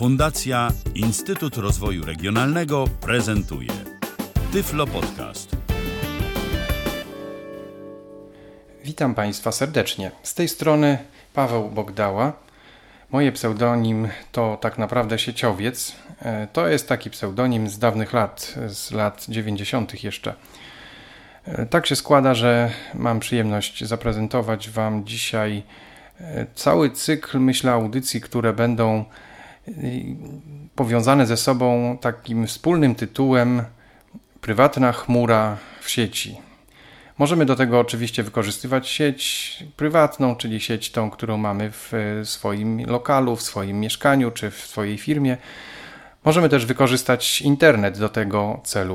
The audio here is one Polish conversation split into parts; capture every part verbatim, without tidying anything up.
Fundacja Instytut Rozwoju Regionalnego prezentuje Tyflo Podcast. Witam Państwa serdecznie. Z tej strony Paweł Bogdała. Moje pseudonim to tak naprawdę Sieciowiec. To jest taki pseudonim z dawnych lat, z lat dziewięćdziesiątych jeszcze. Tak się składa, że mam przyjemność zaprezentować Wam dzisiaj cały cykl, myślę, audycji, które będą powiązane ze sobą takim wspólnym tytułem Prywatna chmura w sieci. Możemy do tego oczywiście wykorzystywać sieć prywatną, czyli sieć tą, którą mamy w swoim lokalu, w swoim mieszkaniu czy w swojej firmie. Możemy też wykorzystać internet do tego celu.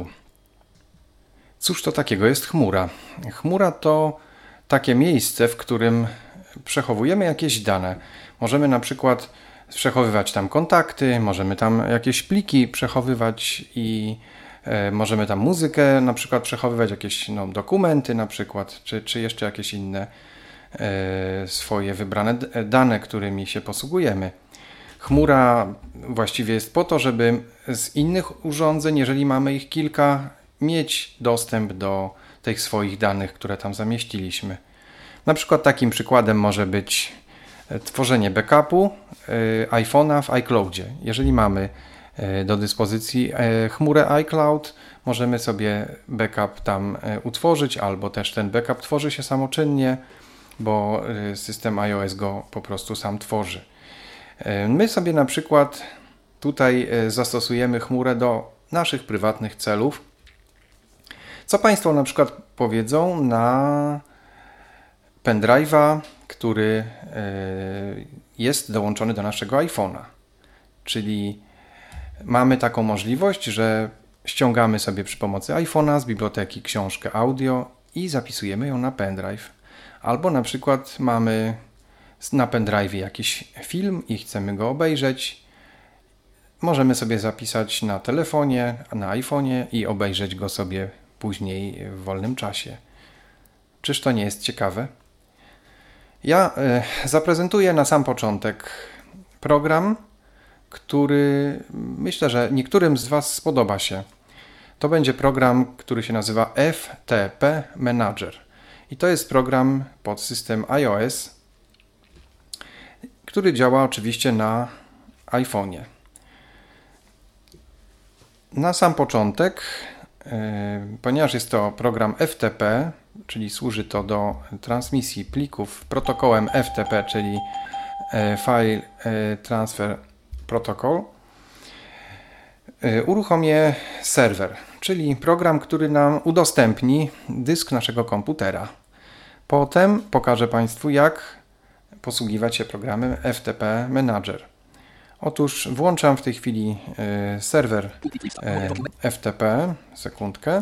Cóż to takiego jest chmura? Chmura to takie miejsce, w którym przechowujemy jakieś dane. Możemy na przykład przechowywać tam kontakty, możemy tam jakieś pliki przechowywać i e, możemy tam muzykę na przykład przechowywać, jakieś no, dokumenty na przykład, czy, czy jeszcze jakieś inne e, swoje wybrane d- dane, którymi się posługujemy. Chmura właściwie jest po to, żeby z innych urządzeń, jeżeli mamy ich kilka, mieć dostęp do tych swoich danych, które tam zamieściliśmy. Na przykład takim przykładem może być tworzenie backupu iPhone'a w iCloudzie. Jeżeli mamy do dyspozycji chmurę iCloud, możemy sobie backup tam utworzyć, albo też ten backup tworzy się samoczynnie, bo system iOS go po prostu sam tworzy. My sobie na przykład tutaj zastosujemy chmurę do naszych prywatnych celów. Co Państwo na przykład powiedzą na pendrive'a, który jest dołączony do naszego iPhone'a. Czyli mamy taką możliwość, że ściągamy sobie przy pomocy iPhone'a z biblioteki książkę audio i zapisujemy ją na pendrive. Albo na przykład mamy na pendrive jakiś film i chcemy go obejrzeć. Możemy sobie zapisać na telefonie, na iPhone'ie i obejrzeć go sobie później w wolnym czasie. Czyż to nie jest ciekawe? Ja y, zaprezentuję na sam początek program, który myślę, że niektórym z Was spodoba się. To będzie program, który się nazywa F T P Manager. I to jest program pod system iOS, który działa oczywiście na iPhone'ie. Na sam początek, y, ponieważ jest to program F T P, czyli służy to do transmisji plików protokołem F T P, czyli File Transfer Protocol, uruchomię serwer, czyli program, który nam udostępni dysk naszego komputera. Potem pokażę Państwu, jak posługiwać się programem F T P Manager. Otóż włączam w tej chwili serwer F T P, sekundkę.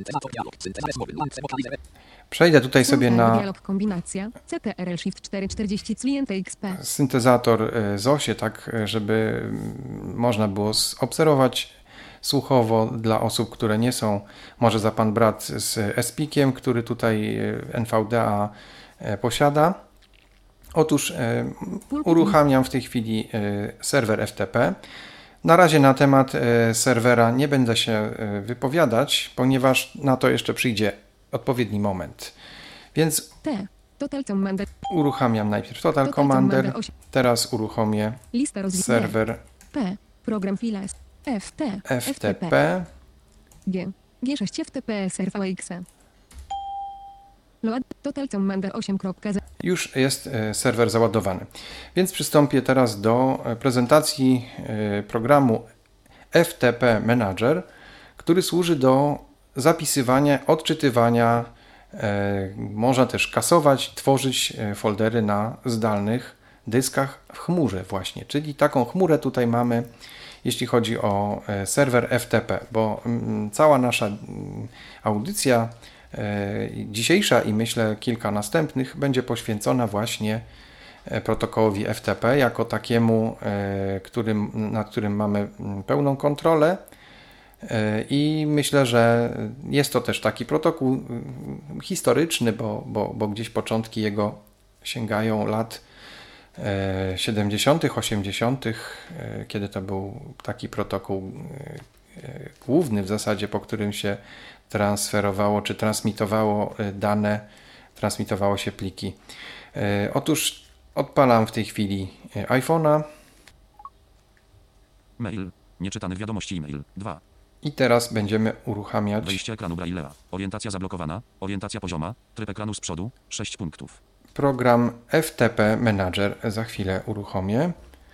Przejdę tutaj sobie na dialog kombinacja C T R L Shift cztery czterdzieści Client X P. syntezator zosie, tak żeby można było obserwować słuchowo dla osób, które nie są może za pan brat z espikiem, który tutaj N V D A posiada. Otóż uruchamiam w tej chwili serwer F T P. Na razie na temat serwera nie będę się wypowiadać, ponieważ na to jeszcze przyjdzie odpowiedni moment. Więc T. Total Commander. uruchamiam najpierw Total, Total Commander. Commander osiem. Teraz uruchomię Lista rozwi- serwer P. Program Files. F T. F T P. G. G sześć F T P S R V X. Load. Total Commander osiem kropka zero. Już jest serwer załadowany. Więc przystąpię teraz do prezentacji programu F T P Manager, który służy do zapisywania, odczytywania, można też kasować, tworzyć foldery na zdalnych dyskach w chmurze właśnie. Czyli taką chmurę tutaj mamy, jeśli chodzi o serwer F T P, bo cała nasza audycja dzisiejsza i myślę kilka następnych będzie poświęcona właśnie protokołowi F T P jako takiemu, którym, nad którym mamy pełną kontrolę i myślę, że jest to też taki protokół historyczny, bo, bo, bo gdzieś początki jego sięgają lat siedemdziesiątych, osiemdziesiątych, kiedy to był taki protokół główny w zasadzie, po którym się transferowało czy transmitowało dane, transmitowało się pliki. Otóż odpalam w tej chwili iPhone'a. Mail. Nieczytane wiadomości e-mail. dwa. I teraz będziemy uruchamiać. Wejście ekranu Braille'a. Orientacja zablokowana. Orientacja pozioma. Tryb ekranu z przodu. sześć punktów. Program F T P Manager za chwilę uruchomię.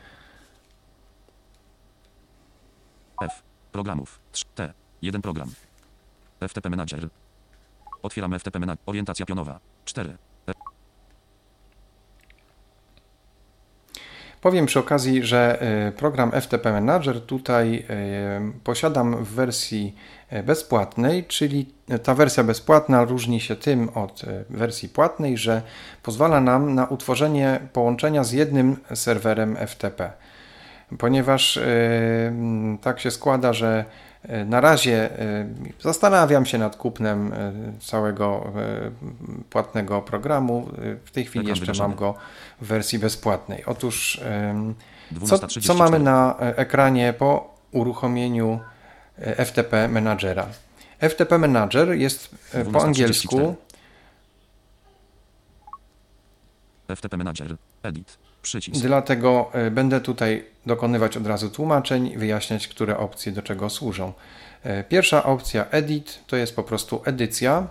F. Programów. T. jeden program. F T P Manager. Otwieram F T P Manager. Orientacja pionowa. cztery. Powiem przy okazji, że program F T P Manager tutaj posiadam w wersji bezpłatnej, czyli ta wersja bezpłatna różni się tym od wersji płatnej, że pozwala nam na utworzenie połączenia z jednym serwerem F T P. Ponieważ tak się składa, że na razie zastanawiam się nad kupnem całego płatnego programu. W tej chwili jeszcze mam go w wersji bezpłatnej. Otóż co, co mamy na ekranie po uruchomieniu F T P Managera? F T P Manager jest po angielsku F T P Manager. Edit. Przycisk. Dlatego będę tutaj dokonywać od razu tłumaczeń, wyjaśniać, które opcje do czego służą. Pierwsza opcja Edit to jest po prostu edycja.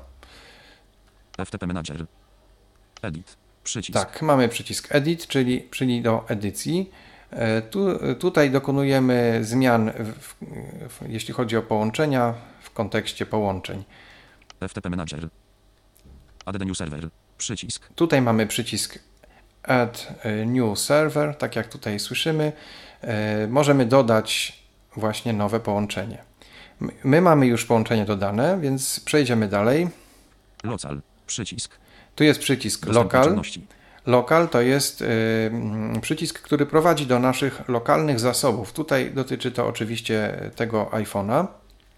F T P Manager. Edit. Przycisk. Tak, mamy przycisk Edit, czyli, czyli do edycji. Tu, tutaj dokonujemy zmian, w, w, jeśli chodzi o połączenia, w kontekście połączeń. F T P Manager. Add new server. Przycisk. Tutaj mamy przycisk Add New Server, tak jak tutaj słyszymy. Możemy dodać właśnie nowe połączenie. My mamy już połączenie dodane, więc przejdziemy dalej. Local. Przycisk. Tu jest przycisk Local. Local to jest y, przycisk, który prowadzi do naszych lokalnych zasobów. Tutaj dotyczy to oczywiście tego iPhone'a.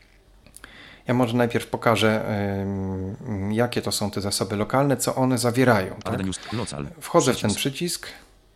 Ja może najpierw pokażę, y, jakie to są te zasoby lokalne, co one zawierają. Tak? Wchodzę w ten przycisk.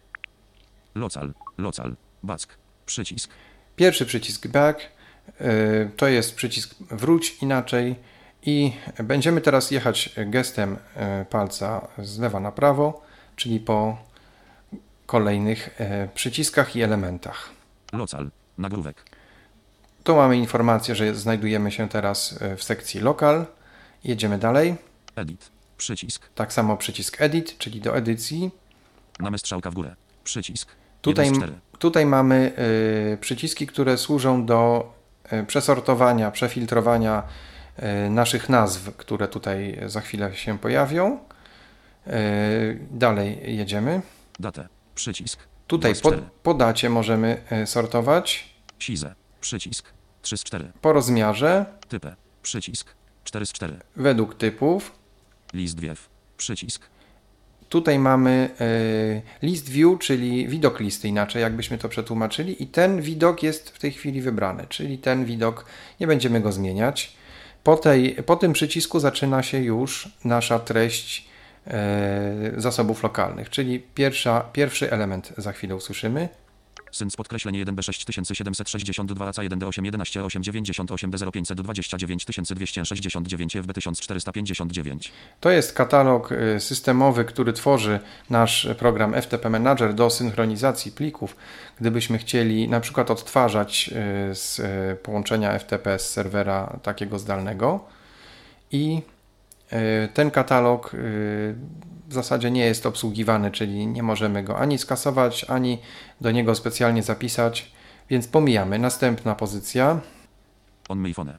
Local. Local. Back. Przycisk. Pierwszy przycisk Back y, to jest przycisk Wróć inaczej i będziemy teraz jechać gestem y, palca z lewa na prawo, czyli po kolejnych y, przyciskach i elementach. Local. Nagłówek. Tu mamy informację, że znajdujemy się teraz w sekcji Local. Jedziemy dalej. Edit. Przycisk. Tak samo przycisk Edit, czyli do edycji. Mamy strzałka w górę. Przycisk. Tutaj, tutaj mamy y, przyciski, które służą do y, przesortowania, przefiltrowania y, naszych nazw, które tutaj za chwilę się pojawią. Y, dalej jedziemy. Datę. Przycisk. Tutaj po, po dacie możemy y, sortować. Size. Przycisk. trzy z czterech. Po rozmiarze. Typę. Przycisk. cztery z czterech. Według typów. List view. Przycisk. Tutaj mamy y, list view, czyli widok listy, inaczej jakbyśmy to przetłumaczyli, i ten widok jest w tej chwili wybrany, czyli ten widok, nie będziemy go zmieniać. Po, tej, po tym przycisku zaczyna się już nasza treść y, zasobów lokalnych, czyli pierwsza, pierwszy element za chwilę usłyszymy. Syns podkreślenie jeden B sześć tysięcy siedemset sześćdziesiąt dwa A C jeden D osiem jedenaście osiem dziewięćdziesiąt osiem D zero pięćset dwadzieścia dziewięć tysięcy dwieście sześćdziesiąt dziewięć F B tysiąc czterysta pięćdziesiąt dziewięć. To jest katalog systemowy, który tworzy nasz program F T P Manager do synchronizacji plików. Gdybyśmy chcieli na przykład odtwarzać z połączenia F T P z serwera takiego zdalnego, i ten katalog w zasadzie nie jest obsługiwany, czyli nie możemy go ani skasować, ani do niego specjalnie zapisać, więc pomijamy. Następna pozycja. On my iPhone.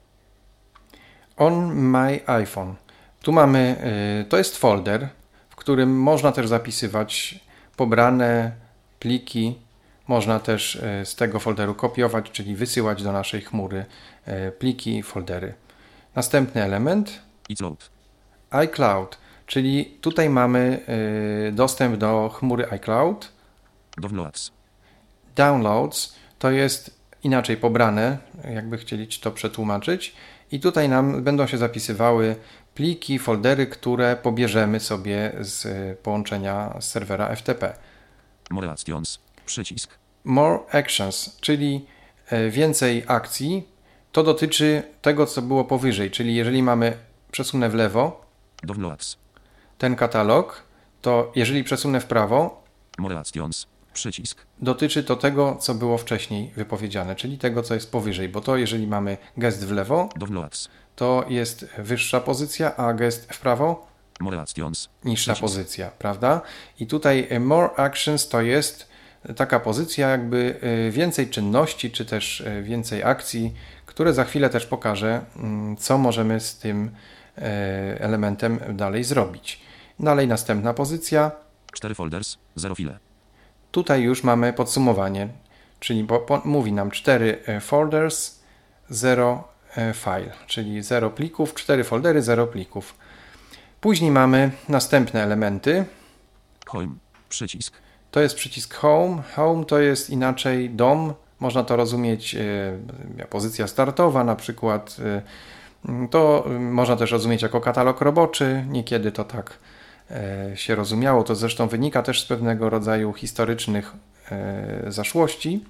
On my iPhone. Tu mamy, to jest folder, w którym można też zapisywać pobrane pliki. Można też z tego folderu kopiować, czyli wysyłać do naszej chmury pliki i foldery. Następny element. iCloud. iCloud, czyli tutaj mamy y, dostęp do chmury iCloud. Downloads. Downloads to jest inaczej pobrane, jakby chcieli to przetłumaczyć. I tutaj nam będą się zapisywały pliki, foldery, które pobierzemy sobie z połączenia z serwera F T P. More Actions. Przycisk. More Actions, czyli e, więcej akcji. To dotyczy tego, co było powyżej, czyli jeżeli mamy, przesunę w lewo Downloads. ten katalog, to jeżeli przesunę w prawo, More Actions. Przycisk. dotyczy to tego, co było wcześniej wypowiedziane, czyli tego, co jest powyżej, bo to jeżeli mamy gest w lewo, Downloads. to jest wyższa pozycja, a gest w prawo More Actions. niższa Przycisk. pozycja, prawda? I tutaj e, More Actions to jest taka pozycja jakby e, więcej czynności, czy też e, więcej akcji, które za chwilę też pokażę, mm, co możemy z tym e, elementem dalej zrobić. Dalej następna pozycja. cztery folders. zero file. Tutaj już mamy podsumowanie, czyli po, po, mówi nam cztery e, folders, zero e, file, czyli zero plików, cztery foldery, zero plików. Później mamy następne elementy. Home. Przycisk. To jest przycisk Home. Home to jest inaczej dom. Można to rozumieć e, pozycja startowa na przykład. E, to można też rozumieć jako katalog roboczy. Niekiedy to tak e, się rozumiało. To zresztą wynika też z pewnego rodzaju historycznych e, zaszłości.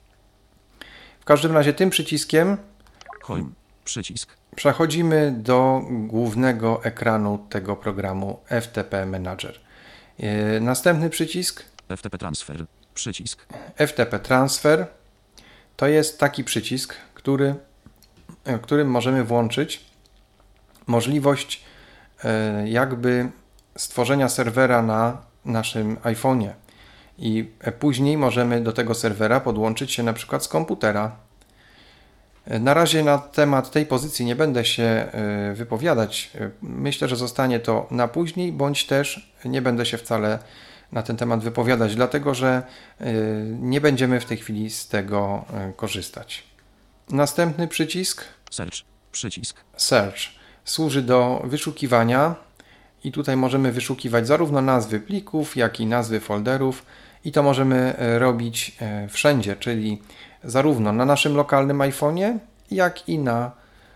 W każdym razie tym przyciskiem Home. Przycisk. przechodzimy do głównego ekranu tego programu F T P Manager. E, następny przycisk F T P Transfer. Przycisk. F T P Transfer to jest taki przycisk, który, w którym możemy włączyć możliwość e, jakby stworzenia serwera na naszym iPhone'ie i później możemy do tego serwera podłączyć się na przykład z komputera. Na razie na temat tej pozycji nie będę się e, wypowiadać. Myślę, że zostanie to na później, bądź też nie będę się wcale na ten temat wypowiadać, dlatego że nie będziemy w tej chwili z tego korzystać. Następny przycisk Search. Przycisk. Search służy do wyszukiwania i tutaj możemy wyszukiwać zarówno nazwy plików, jak i nazwy folderów i to możemy robić wszędzie, czyli zarówno na naszym lokalnym iPhone'ie, jak i na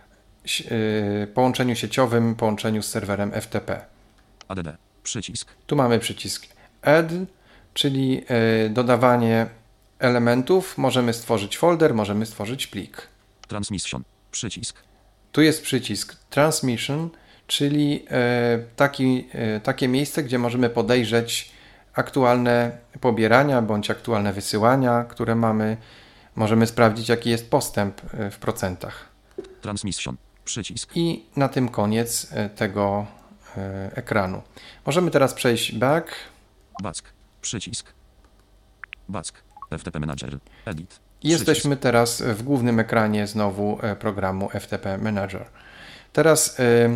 połączeniu sieciowym, połączeniu z serwerem F T P. A D D. Przycisk. Tu mamy przycisk Add, czyli dodawanie elementów. Możemy stworzyć folder, możemy stworzyć plik. Transmission. Przycisk. Tu jest przycisk Transmission, czyli taki, takie miejsce, gdzie możemy podejrzeć aktualne pobierania bądź aktualne wysyłania, które mamy. Możemy sprawdzić, jaki jest postęp w procentach. Transmission. Przycisk. I na tym koniec tego ekranu. Możemy teraz przejść back. Back. Przycisk. Back. F T P Manager. Edit. Jesteśmy teraz w głównym ekranie znowu programu F T P Manager. Teraz yy,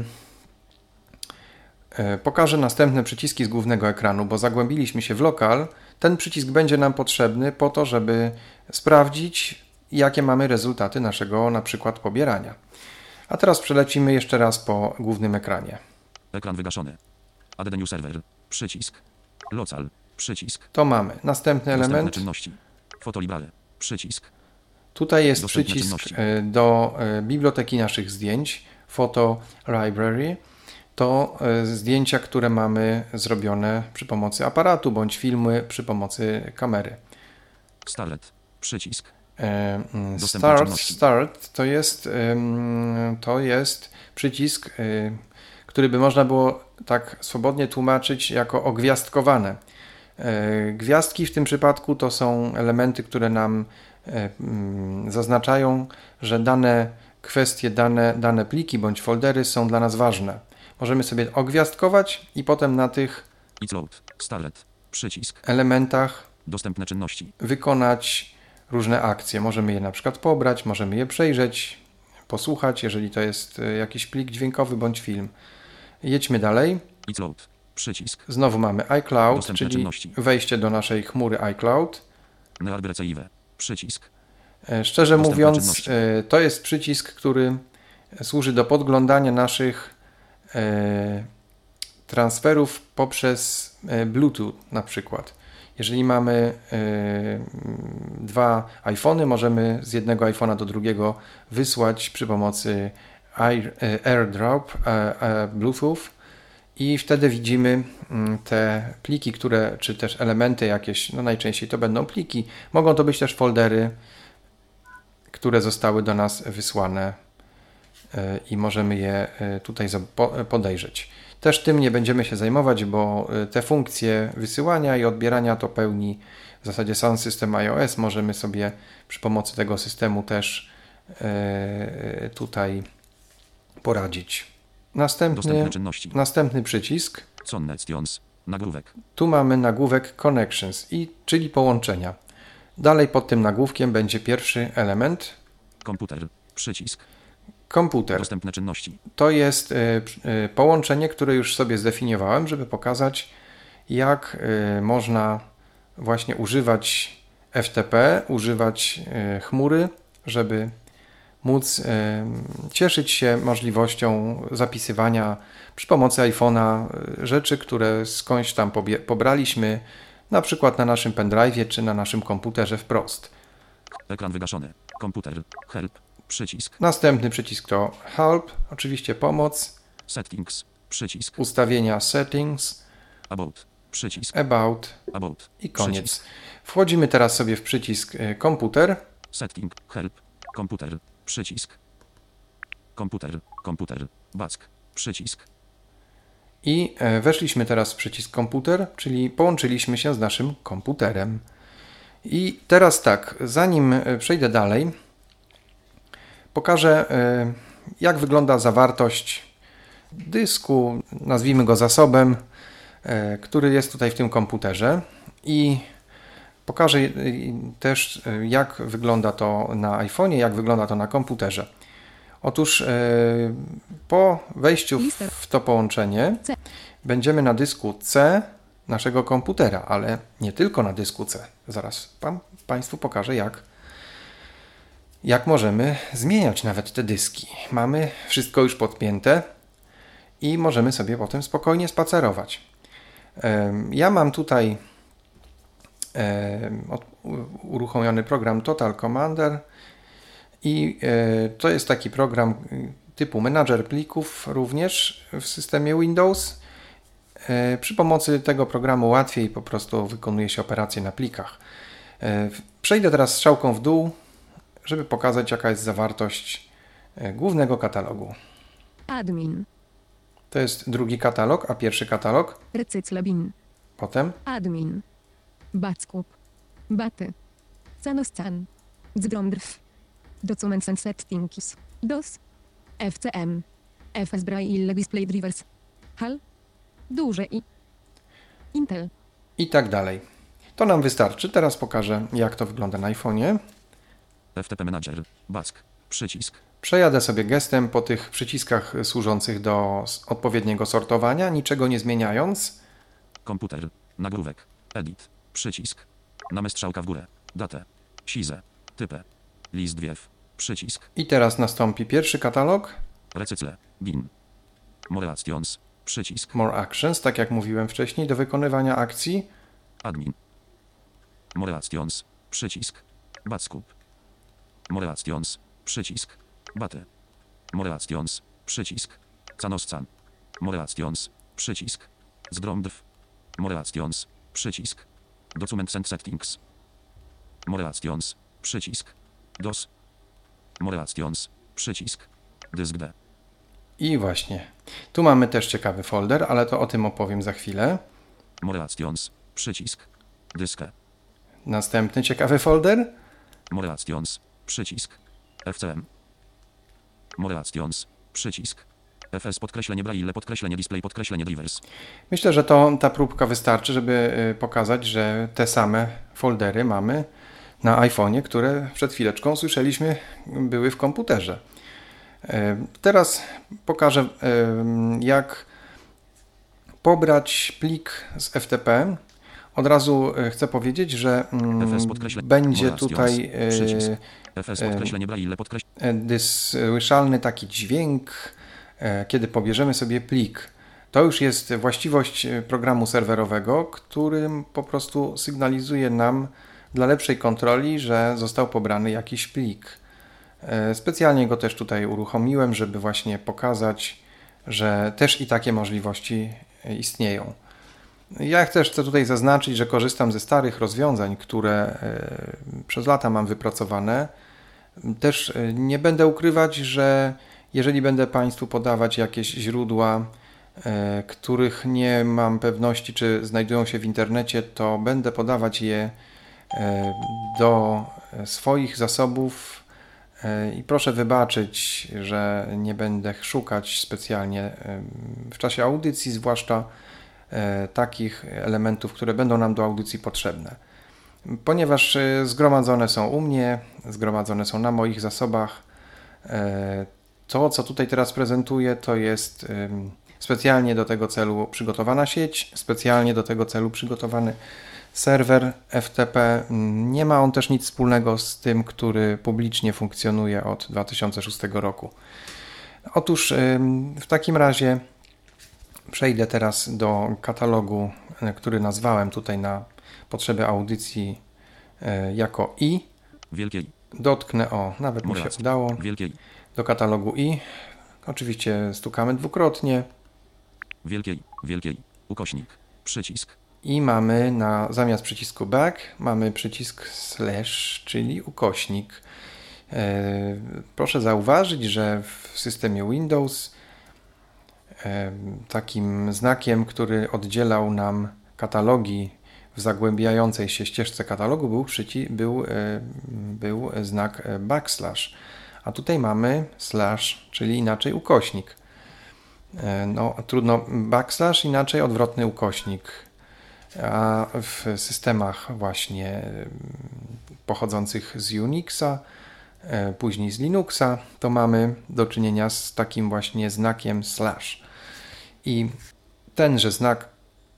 yy, pokażę następne przyciski z głównego ekranu, bo zagłębiliśmy się w lokal. Ten przycisk będzie nam potrzebny po to, żeby sprawdzić, jakie mamy rezultaty naszego na przykład pobierania. A teraz przelecimy jeszcze raz po głównym ekranie. Ekran wygaszony. Add new server. Przycisk. Local. Przycisk. To mamy. Następny Dostępne element. czynności. Fotolibrary. Przycisk. Tutaj jest Dostępne przycisk czynności. do biblioteki naszych zdjęć. Photo Library. To zdjęcia, które mamy zrobione przy pomocy aparatu, bądź filmy przy pomocy kamery. Start. Przycisk. Dostępne Start, czynności. start to jest, to jest przycisk, który by można było tak swobodnie tłumaczyć jako ogwiazdkowane. Gwiazdki w tym przypadku to są elementy, które nam zaznaczają, że dane kwestie, dane, dane pliki bądź foldery są dla nas ważne. Możemy sobie ogwiazdkować i potem na tych It's load. Start. Przycisk. elementach Dostępne czynności. wykonać różne akcje. Możemy je na przykład pobrać, możemy je przejrzeć, posłuchać, jeżeli to jest jakiś plik dźwiękowy bądź film. Jedźmy dalej. It's load. Przycisk. Znowu mamy iCloud, Dostępne czyli czynności. wejście do naszej chmury iCloud. Nearby Przycisk. Szczerze Dostępne mówiąc, czynności. to jest przycisk, który służy do podglądania naszych transferów poprzez Bluetooth na przykład. Jeżeli mamy dwa iPhony, możemy z jednego iPhone'a do drugiego wysłać przy pomocy AirDrop Bluetooth i wtedy widzimy te pliki, które, czy też elementy jakieś, no najczęściej to będą pliki, mogą to być też foldery, które zostały do nas wysłane i możemy je tutaj podejrzeć. Też tym nie będziemy się zajmować, bo te funkcje wysyłania i odbierania to pełni w zasadzie sam system iOS. Możemy sobie przy pomocy tego systemu też tutaj poradzić. Następny, następny przycisk. Connections. Nagłówek. Tu mamy nagłówek Connections, i, czyli połączenia. Dalej pod tym nagłówkiem będzie pierwszy element. Komputer. Przycisk. Komputer. Dostępne czynności. To jest y, y, połączenie, które już sobie zdefiniowałem, żeby pokazać, jak y, można właśnie używać F T P, używać y, chmury, żeby móc y, cieszyć się możliwością zapisywania przy pomocy iPhone'a rzeczy, które skądś tam pobie- pobraliśmy, na przykład na naszym pendrive'ie czy na naszym komputerze wprost. Ekran wygaszony. Komputer. Help. Przycisk. Następny przycisk to Help, oczywiście pomoc. Settings. Przycisk. Ustawienia Settings. About. Przycisk. About. About. I koniec. Przycisk. Wchodzimy teraz sobie w przycisk Komputer. Setting. Help. Komputer. Przycisk. Komputer. Komputer. Back. Przycisk. I weszliśmy teraz w przycisk Komputer, czyli połączyliśmy się z naszym komputerem. I teraz tak, zanim przejdę dalej, pokażę, jak wygląda zawartość dysku, nazwijmy go zasobem, który jest tutaj w tym komputerze, i pokażę też, jak wygląda to na iPhone'ie, jak wygląda to na komputerze. Otóż po wejściu w to połączenie będziemy na dysku C naszego komputera, ale nie tylko na dysku C. Zaraz pan, Państwu pokażę, jak jak możemy zmieniać nawet te dyski. Mamy wszystko już podpięte i możemy sobie potem spokojnie spacerować. Ja mam tutaj uruchomiony program Total Commander i to jest taki program typu menadżer plików również w systemie Windows. Przy pomocy tego programu łatwiej po prostu wykonuje się operacje na plikach. Przejdę teraz strzałką w dół, żeby pokazać, jaka jest zawartość głównego katalogu. Admin. To jest drugi katalog, a pierwszy katalog. Recyclabin. Potem. Admin. Backup. Baty. Canoscan. Zdromdrf. Documents and settings. dos. F C M. F S Braille Display Drivers. Hal. Duże i. Intel. I tak dalej. To nam wystarczy. Teraz pokażę, jak to wygląda na iPhone'ie. F T P Manager. Back. Przycisk. Przejadę sobie gestem po tych przyciskach służących do odpowiedniego sortowania, niczego nie zmieniając. Komputer. Nagłówek. Edit. Przycisk. Name strzałka w górę. Datę. Size. Typę. List wiew. Przycisk. I teraz nastąpi pierwszy katalog. Recycle. Bin. More actions. Przycisk. More actions, tak jak mówiłem wcześniej, do wykonywania akcji. Admin. More actions. Przycisk. Backup. More actions. Przycisk. Baty. More actions. Przycisk. Canoscan. More actions. Przycisk. Zdromdrf. More actions. Przycisk. Documents and settings. More actions. Przycisk. dos. More actions. Przycisk. Dysk D. I właśnie. Tu mamy też ciekawy folder, ale to o tym opowiem za chwilę. More actions. Przycisk. Dysk E. Następny ciekawy folder. More actions. Przycisk. F C M. More actions. Przycisk. F S podkreślenie Braille podkreślenie display podkreślenie drivers. Myślę, że to ta próbka wystarczy, żeby pokazać, że te same foldery mamy na iPhone'ie, które przed chwileczką słyszeliśmy były w komputerze. Teraz pokażę, jak pobrać plik z F T P. Od razu chcę powiedzieć, że będzie tutaj F S podkreślenie Braille podkreślenie słyszalny taki dźwięk, kiedy pobierzemy sobie plik. To już jest właściwość programu serwerowego, którym po prostu sygnalizuje nam dla lepszej kontroli, że został pobrany jakiś plik. Specjalnie go też tutaj uruchomiłem, żeby właśnie pokazać, że też i takie możliwości istnieją. Ja też chcę tutaj zaznaczyć, że korzystam ze starych rozwiązań, które przez lata mam wypracowane. Też nie będę ukrywać, że jeżeli będę Państwu podawać jakieś źródła, których nie mam pewności, czy znajdują się w internecie, to będę podawać je do swoich zasobów i proszę wybaczyć, że nie będę szukać specjalnie w czasie audycji, zwłaszcza takich elementów, które będą nam do audycji potrzebne. Ponieważ zgromadzone są u mnie, zgromadzone są na moich zasobach, to, co tutaj teraz prezentuję, to jest specjalnie do tego celu przygotowana sieć, specjalnie do tego celu przygotowany serwer F T P. Nie ma on też nic wspólnego z tym, który publicznie funkcjonuje od dwa tysiące szóstego roku. Otóż w takim razie przejdę teraz do katalogu, który nazwałem tutaj na potrzeby audycji jako I. Wielkiej. Dotknę, o, nawet mi się udało, Wielkiej. do katalogu I. Oczywiście stukamy dwukrotnie. Wielkiej, wielkiej, ukośnik, przycisk. I mamy na, zamiast przycisku back, mamy przycisk slash, czyli ukośnik. E, proszę zauważyć, że w systemie Windows e, takim znakiem, który oddzielał nam katalogi w zagłębiającej się ścieżce katalogu był, przyci- był, e, był znak backslash. A tutaj mamy slash, czyli inaczej ukośnik. No, trudno, backslash, inaczej odwrotny ukośnik. A w systemach właśnie pochodzących z Unixa, później z Linuxa, to mamy do czynienia z takim właśnie znakiem slash. I tenże znak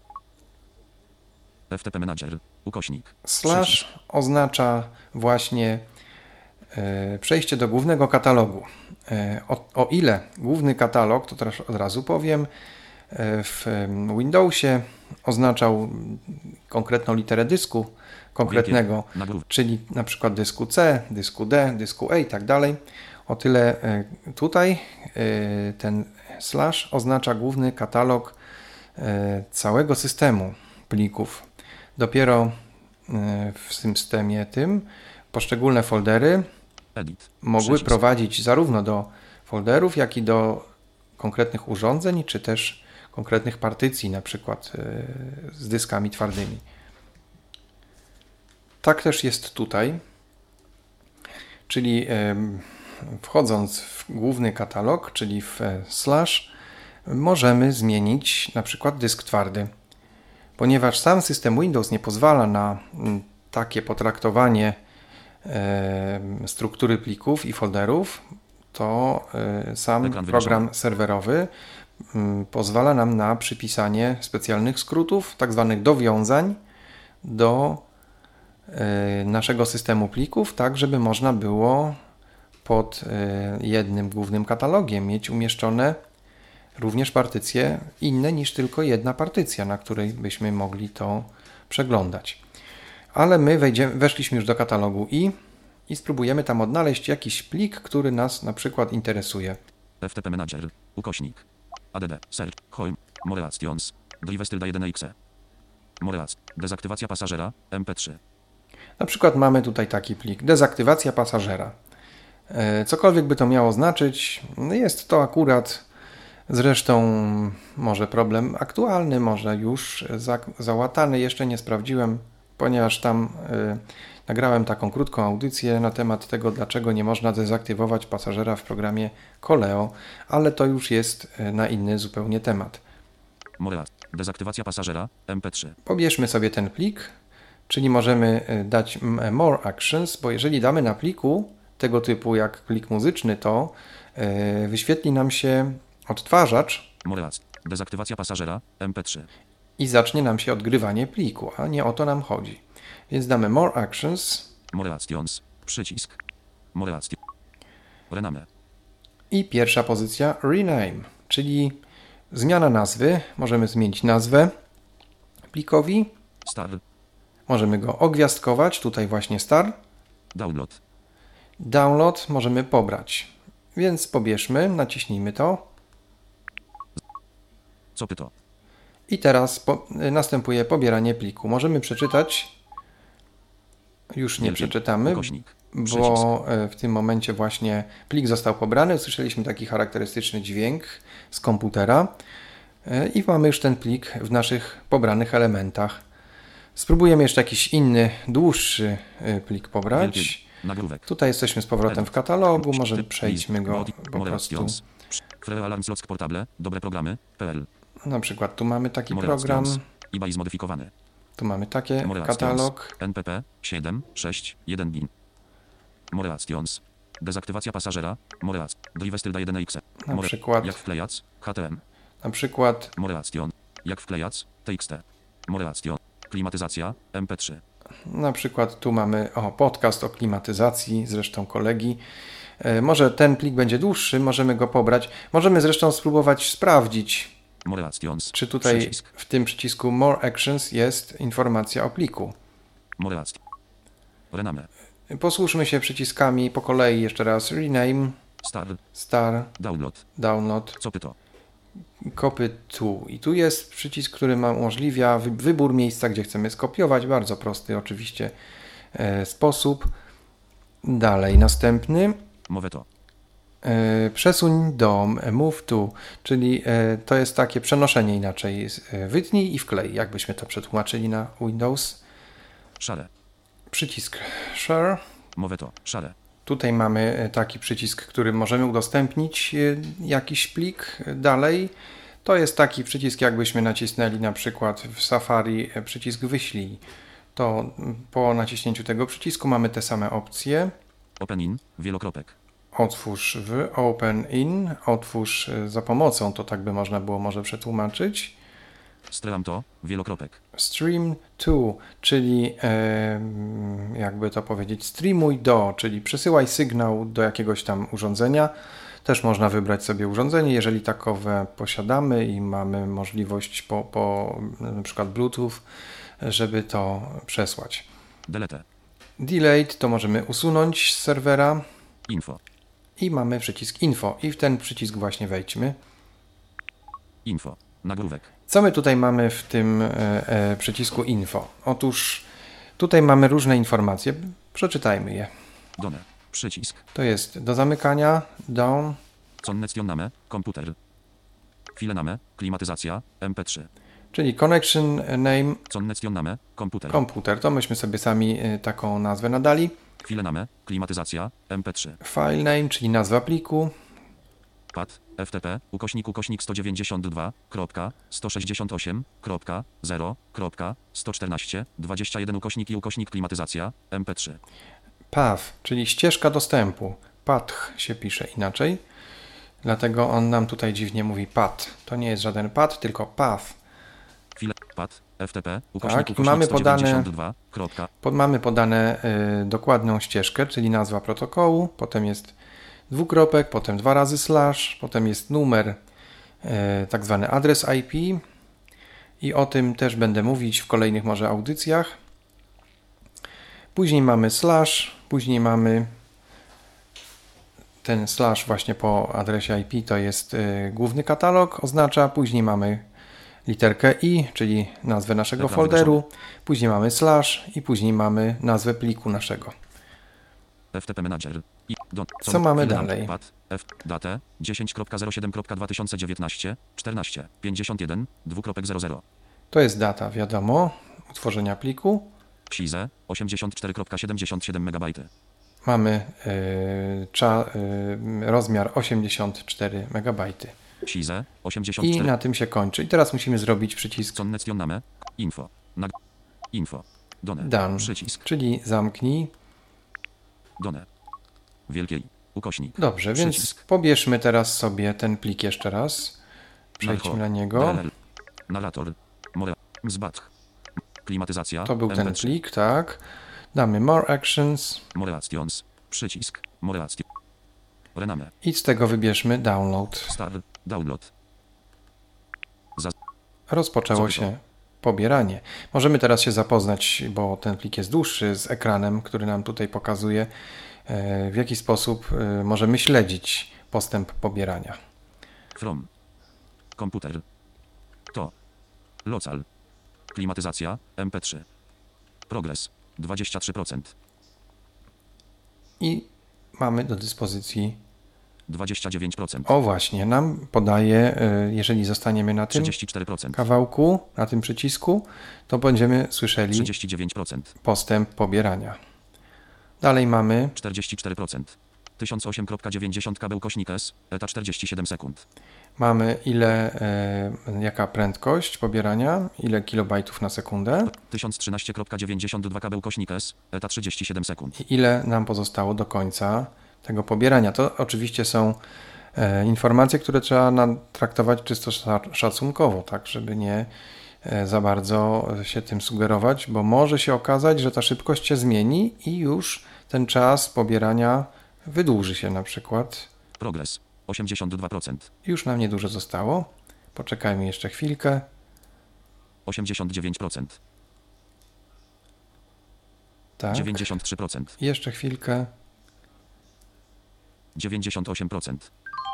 F T P Manager, ukośnik. slash przycisk. oznacza właśnie przejście do głównego katalogu. O, o ile główny katalog, to teraz od razu powiem, w Windowsie oznaczał konkretną literę dysku, konkretnego, czyli na przykład dysku C, dysku D, dysku E i tak dalej. O tyle tutaj ten slash oznacza główny katalog całego systemu plików. Dopiero w systemie tym poszczególne foldery Edit. mogły Przycisk. prowadzić zarówno do folderów, jak i do konkretnych urządzeń, czy też konkretnych partycji, na przykład z dyskami twardymi. Tak też jest tutaj, czyli wchodząc w główny katalog, czyli w slash, możemy zmienić na przykład dysk twardy. Ponieważ sam system Windows nie pozwala na takie potraktowanie struktury plików i folderów, to sam program serwerowy pozwala nam na przypisanie specjalnych skrótów, tak zwanych dowiązań do naszego systemu plików, tak żeby można było pod jednym głównym katalogiem mieć umieszczone również partycje inne niż tylko jedna partycja, na której byśmy mogli to przeglądać. Ale my wejdziemy, weszliśmy już do katalogu I i spróbujemy tam odnaleźć jakiś plik, który nas na przykład interesuje. F T P Manager, ukośnik. Add, search, home, more actions, drive tilde jeden x. More actions, dezaktywacja pasażera, M P trzy. Na przykład mamy tutaj taki plik, dezaktywacja pasażera. Cokolwiek by to miało znaczyć, jest to akurat zresztą może problem aktualny, może już za, załatany, jeszcze nie sprawdziłem, ponieważ tam y, nagrałem taką krótką audycję na temat tego, dlaczego nie można dezaktywować pasażera w programie Koleo, ale to już jest na inny zupełnie temat. More, dezaktywacja pasażera, M P trzy. Pobierzmy sobie ten plik, czyli możemy dać More Actions, bo jeżeli damy na pliku tego typu jak plik muzyczny, to y, wyświetli nam się odtwarzacz More, dezaktywacja pasażera, M P trzy. i zacznie nam się odgrywanie pliku, a nie o to nam chodzi. Więc damy More Actions. More actions, przycisk. More actions. Rename. I pierwsza pozycja Rename, czyli zmiana nazwy. Możemy zmienić nazwę plikowi. Star. Możemy go ogwiazdkować, tutaj właśnie star. Download. Download możemy pobrać. Więc pobierzmy, naciśnijmy to. Co pyto? I teraz po, następuje pobieranie pliku. Możemy przeczytać, już nie Wielkie. przeczytamy, Ukośnik. bo w tym momencie właśnie plik został pobrany. Usłyszeliśmy taki charakterystyczny dźwięk z komputera i mamy już ten plik w naszych pobranych elementach. Spróbujemy jeszcze jakiś inny, dłuższy plik pobrać. Wielkie. Nagłówek. Tutaj jesteśmy z powrotem w katalogu, może przejdźmy go po prostu. Free Alarm Slots Portable, dobre programy, kropka p l. Na przykład tu mamy taki More program, Actions. I B I zmodyfikowany. tu mamy takie More katalog. Actions. N P P siedem sześć jeden bin. More Actions. Dezaktywacja pasażera. More Actions. Drive Stylda jeden X. Na More. przykład, Jak wklejac. H T M. na przykład, More Actions. Jak wklejac. T X T. More Actions. Klimatyzacja. M P trzy. na przykład tu mamy o, podcast o klimatyzacji, zresztą kolegi. E, może ten plik będzie dłuższy, możemy go pobrać. Możemy zresztą spróbować sprawdzić, More Actions. czy tutaj Przycisk. w tym przycisku More Actions jest informacja o pliku. More Actions. Rename. Posłużmy się przyciskami po kolei jeszcze raz. Rename, Star. Star, Download. Download, Co pyto? Copy to. I tu jest przycisk, który nam umożliwia wy- wybór miejsca, gdzie chcemy skopiować. Bardzo prosty oczywiście e, sposób. Dalej, następny. Mowe to. E, przesuń do Move to, czyli e, to jest takie przenoszenie inaczej. E, wytnij i wklej, jakbyśmy to przetłumaczyli na Windows. Szare. Przycisk Share. Mowe to. Szare. Tutaj mamy taki przycisk, który możemy udostępnić jakiś plik dalej. To jest taki przycisk, jakbyśmy nacisnęli na przykład w Safari przycisk wyślij. To po naciśnięciu tego przycisku mamy te same opcje. Open in. Wielokropek. Otwórz w, Open in, otwórz za pomocą, to tak by można było może przetłumaczyć. Stream to. Wielokropek. Stream to, czyli e, jakby to powiedzieć, streamuj do, czyli przesyłaj sygnał do jakiegoś tam urządzenia. Też można wybrać sobie urządzenie, jeżeli takowe posiadamy i mamy możliwość po, po na przykład Bluetooth, żeby to przesłać. Delete. Delete to możemy usunąć z serwera Info. i mamy przycisk info i w ten przycisk właśnie wejdźmy. Info. Nagłówek. Co my tutaj mamy w tym e, e, przycisku info? Otóż tutaj mamy różne informacje. Przeczytajmy je. Done. Przycisk. To jest do zamykania, down, Connection komputer. Filename. Klimatyzacja. M P trzy. czyli connection name, Connection komputer. komputer. To myśmy sobie sami e, taką nazwę nadali. Filename. Klimatyzacja. M P trzy. File name, czyli nazwa pliku. Path. F T P. Ukośnik ukośnik sto dziewięćdziesiąt dwa. sto sześćdziesiąt osiem. zero. sto czternaście. dwadzieścia jeden ukośnik i ukośnik klimatyzacja. M P trzy. Path, czyli ścieżka dostępu. Path się pisze inaczej. Dlatego on nam tutaj dziwnie mówi path. To nie jest żaden path, tylko path. File. Path. F T P. Ukośnik Tak, i ukośnik mamy sto podane, dziewięćdziesiąt dwa. Kropka. pod, mamy podane y, dokładną ścieżkę, czyli nazwa protokołu, potem jest dwukropek, potem dwa razy slash, potem jest numer, y, tak zwany adres I P i o tym też będę mówić w kolejnych może audycjach. Później mamy slash, później mamy ten slash właśnie po adresie I P, to jest y, główny katalog, oznacza, później mamy literkę i, czyli nazwę naszego Ekran folderu, wygaszony. później mamy slash i później mamy nazwę pliku naszego. F T P Manager. I do, Co mamy filename, dalej? Path. F. Datę. dziesięć zero siedem dwa tysiące dziewiętnaście. czternaście. pięćdziesiąt jeden. dwukropek zero zero. To jest data, wiadomo, utworzenia pliku. S I Z E. osiemdziesiąt cztery siedemdziesiąt siedem megabajty. Mamy y, cza, y, rozmiar osiemdziesiąt cztery megabajty. S I Z E. osiemdziesiąt I cztery. na tym się kończy. I teraz musimy zrobić przycisk Connection Info. Nag... Info. Done. done, Przycisk. czyli zamknij. Done. Wielkiej. Ukośnik. Dobrze, więc Przycisk. pobierzmy teraz sobie ten plik jeszcze raz. Przejdźmy na niego. D L L. Nalator. More. Mzbatch. Klimatyzacja. To był ten M P trzy. plik, tak. Damy More Actions More Actions. Przycisk. More Actions. Rename. i z tego wybierzmy Download. Star. Download. Za... Rozpoczęło Co się to? pobieranie. Możemy teraz się zapoznać, bo ten plik jest dłuższy, z ekranem, który nam tutaj pokazuje, w jaki sposób możemy śledzić postęp pobierania. From. Komputer. To. Local. Klimatyzacja, em pe trzy. Progres, dwadzieścia trzy procent. I mamy do dyspozycji, dwadzieścia dziewięć procent. o właśnie, nam podaje, y, jeżeli zostaniemy na tym trzydzieści cztery procent. kawałku, na tym przycisku, to będziemy słyszeli trzydzieści dziewięć procent. postęp pobierania. Dalej mamy, czterdzieści cztery procent. tysiąc osiem przecinek dziewięćdziesiąt kabel kośnik S, eta czterdzieści siedem sekund. mamy ile, y, jaka prędkość pobierania, ile kilobajtów na sekundę tysiąc trzynaście przecinek dziewięćdziesiąt dwa kabel kośnik S, eta trzydzieści siedem sekund. i ile nam pozostało do końca tego pobierania. To oczywiście są e, informacje, które trzeba na- traktować czysto sza- szacunkowo, tak, żeby nie e, za bardzo się tym sugerować, bo może się okazać, że ta szybkość się zmieni i już ten czas pobierania wydłuży się na przykład. Progres, osiemdziesiąt dwa procent. Już nam niedużo zostało. Poczekajmy jeszcze chwilkę. osiemdziesiąt dziewięć procent. Tak. dziewięćdziesiąt trzy procent. Jeszcze chwilkę. dziewięćdziesiąt osiem procent.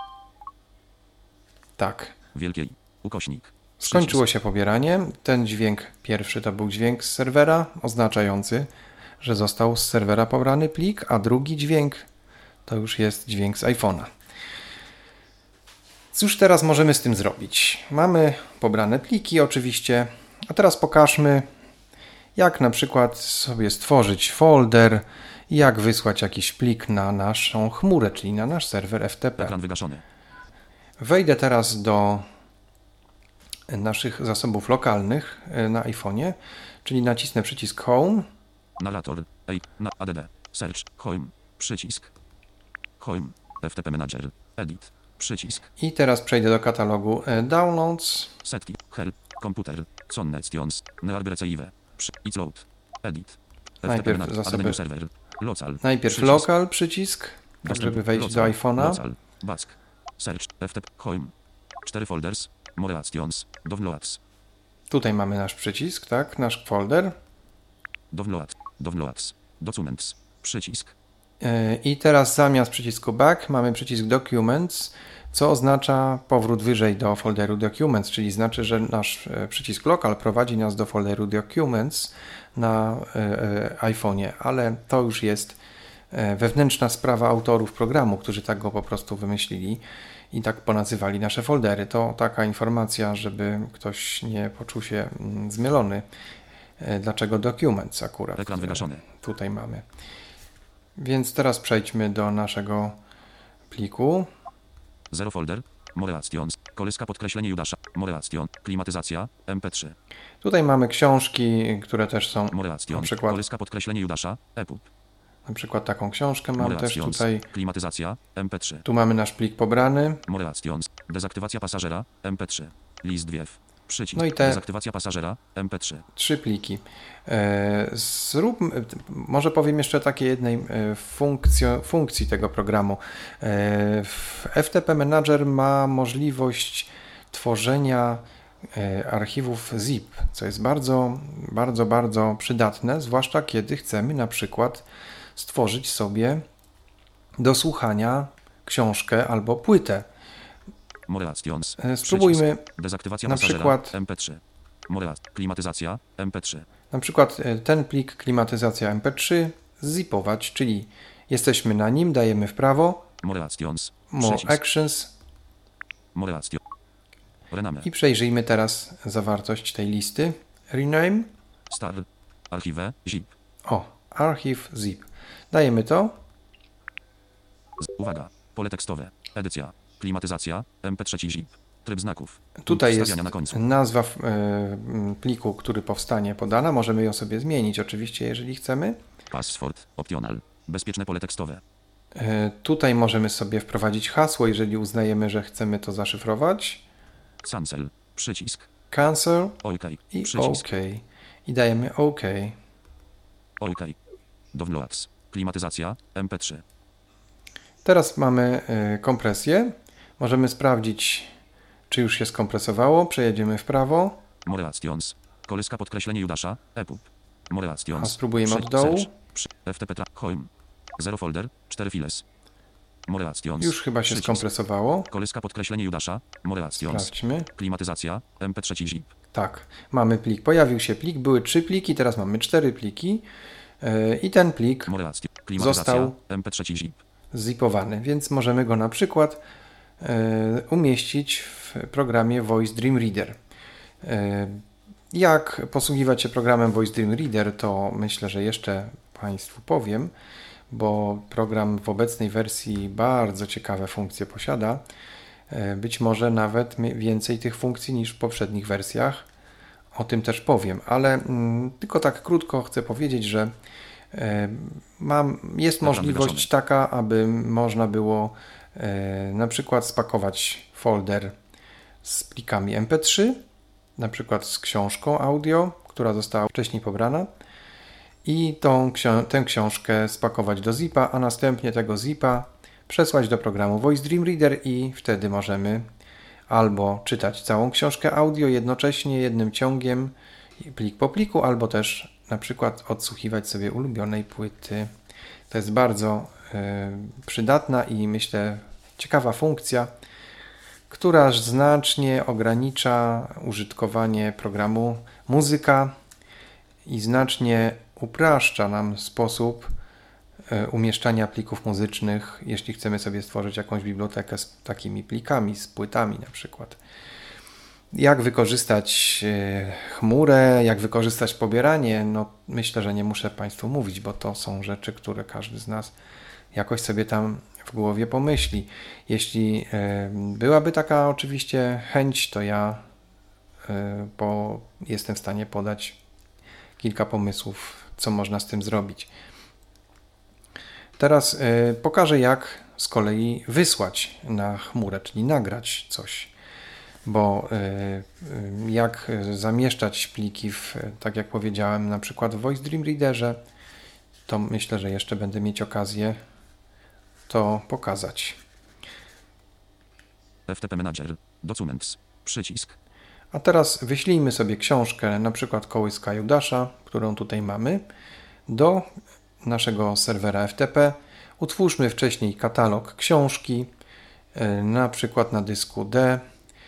Tak. Wielkiej. Ukośnik. Skończyło się pobieranie. Ten dźwięk pierwszy to był dźwięk z serwera, oznaczający, że został z serwera pobrany plik, a drugi dźwięk to już jest dźwięk z iPhone'a. Cóż teraz możemy z tym zrobić? Mamy pobrane pliki oczywiście, a teraz pokażmy, jak na przykład sobie stworzyć folder i jak wysłać jakiś plik na naszą chmurę, czyli na nasz serwer F T P. Ekran wygaszony. Wejdę teraz do naszych zasobów lokalnych na iPhone'ie, czyli nacisnę przycisk Home. Narrator. Ej. Na add. Search. Home. Przycisk. Home. F T P Manager. Edit. Przycisk. I teraz przejdę do katalogu e, Downloads. Setki. Help. Komputer. Connections. Nearby Przy. It's load. Edit. Najpierw F T P zasoby- Add new server. Local. Najpierw Przycisk. Local przycisk, tak Dostęp. żeby wejść do Local. iPhone'a. Local. Back. Search. F T P. Home. cztery folders. More actions. Downloads. Tutaj mamy nasz przycisk, tak, nasz folder. Download. Downloads. Documents. Przycisk. E, I teraz zamiast przycisku Back mamy przycisk Documents, co oznacza powrót wyżej do folderu Documents, czyli znaczy, że nasz e, przycisk Local prowadzi nas do folderu Documents na e, e, iPhone'ie, ale to już jest e, wewnętrzna sprawa autorów programu, którzy tak go po prostu wymyślili i tak ponazywali nasze foldery. To taka informacja, żeby ktoś nie poczuł się mm, zmylony. E, Dlaczego Documents akurat Ekran wygaszony. e, tutaj mamy. Więc teraz przejdźmy do naszego pliku. Zero folder. More actions. Kolyska podkreślenie Judasza. More action. Klimatyzacja. em pe trzy. Tutaj mamy książki, które też są, More na actions. przykład, Kolyska podkreślenie Judasza. E P U B. na przykład taką książkę mam More też actions. tutaj. Klimatyzacja. em pe trzy. Tu mamy nasz plik pobrany. More actions. Dezaktywacja pasażera. em pe trzy. List wiew. Przycisk. No i te- Dezaktywacja pasażera. em pe trzy. Trzy pliki. E, Zrób, może powiem jeszcze takiej jednej e, funkcjo, funkcji tego programu. E, w F T P Manager ma możliwość tworzenia e, archiwów zip, co jest bardzo, bardzo, bardzo przydatne, zwłaszcza kiedy chcemy na przykład stworzyć sobie do słuchania książkę albo płytę. More actions. E, Spróbujmy Przycisk. Dezaktywacja na pasażera. przykład- em pe trzy. More act- Klimatyzacja. em pe trzy. na przykład e, ten plik klimatyzacja em pe trzy zipować, czyli jesteśmy na nim, dajemy w prawo, More actions. More Przycisk. Actions More action. Rename. i przejrzyjmy teraz zawartość tej listy. Rename, Star. Archive. Zip. o, archive zip. Dajemy to, Z- Uwaga. Pole tekstowe. Edycja. Klimatyzacja. em pe trzy zip. Tryb znaków. Punkt tutaj jest wstawiania na końcu. nazwa w- e, pliku, który powstanie podana, możemy ją sobie zmienić oczywiście, jeżeli chcemy. Password. Optional. Bezpieczne pole tekstowe. E, Tutaj możemy sobie wprowadzić hasło, jeżeli uznajemy, że chcemy to zaszyfrować. Cancel. Przycisk. Cancel OK. i Przycisk. OK. I dajemy OK. OK. Downloads. Klimatyzacja. em pe trzy. Teraz mamy y, kompresję. Możemy sprawdzić, czy już się skompresowało. Przejedziemy w prawo. More actions. Kolyska podkreślenie Judasza. E P U B. More actions. A spróbujemy Przy- od dołu. search. Przy- F T P tra- Home. Zero folder. Cztery files. More actions. Już chyba się Przycisk. skompresowało. Kolyska podkreślenie Judasza. More actions. Sprawdźmy. Klimatyzacja. em pe trzy zip. Tak, mamy plik. Pojawił się plik, były trzy pliki, teraz mamy cztery pliki yy, i ten plik Moderacja. Klimatyzacja. został M P trzy zip. zipowany, więc możemy go na przykład yy, umieścić w programie Voice Dream Reader. Yy, jak posługiwać się programem Voice Dream Reader, to myślę, że jeszcze Państwu powiem, bo program w obecnej wersji bardzo ciekawe funkcje posiada. Być może nawet więcej tych funkcji niż w poprzednich wersjach. O tym też powiem, ale mm, tylko tak krótko chcę powiedzieć, że e, mam, jest Program możliwość wygaszony. taka, aby można było e, na przykład spakować folder z plikami M P trzy, na przykład z książką audio, która została wcześniej pobrana, i tą ksi- tę książkę spakować do zipa, a następnie tego zipa przesłać do programu Voice Dream Reader i wtedy możemy albo czytać całą książkę audio jednocześnie jednym ciągiem, plik po pliku, albo też na przykład odsłuchiwać sobie ulubionej płyty. To jest bardzo y, przydatna i myślę ciekawa funkcja, która znacznie ogranicza użytkowanie programu Muzyka i znacznie upraszcza nam sposób umieszczania plików muzycznych, jeśli chcemy sobie stworzyć jakąś bibliotekę z takimi plikami, z płytami na przykład. Jak wykorzystać chmurę, jak wykorzystać pobieranie, no myślę, że nie muszę Państwu mówić, bo to są rzeczy, które każdy z nas jakoś sobie tam w głowie pomyśli. Jeśli byłaby taka oczywiście chęć, to ja po, jestem w stanie podać kilka pomysłów, co można z tym zrobić. Teraz y, pokażę, jak z kolei wysłać na chmurę, czyli nagrać coś, bo y, y, jak zamieszczać pliki, w, tak jak powiedziałem, na przykład w Voice Dream Readerze, to myślę, że jeszcze będę mieć okazję to pokazać. F T P Manager. Documents. Przycisk. A teraz wyślijmy sobie książkę, na przykład Kołyska Judasza, którą tutaj mamy, do naszego serwera F T P. Utwórzmy wcześniej katalog książki, na przykład na dysku D.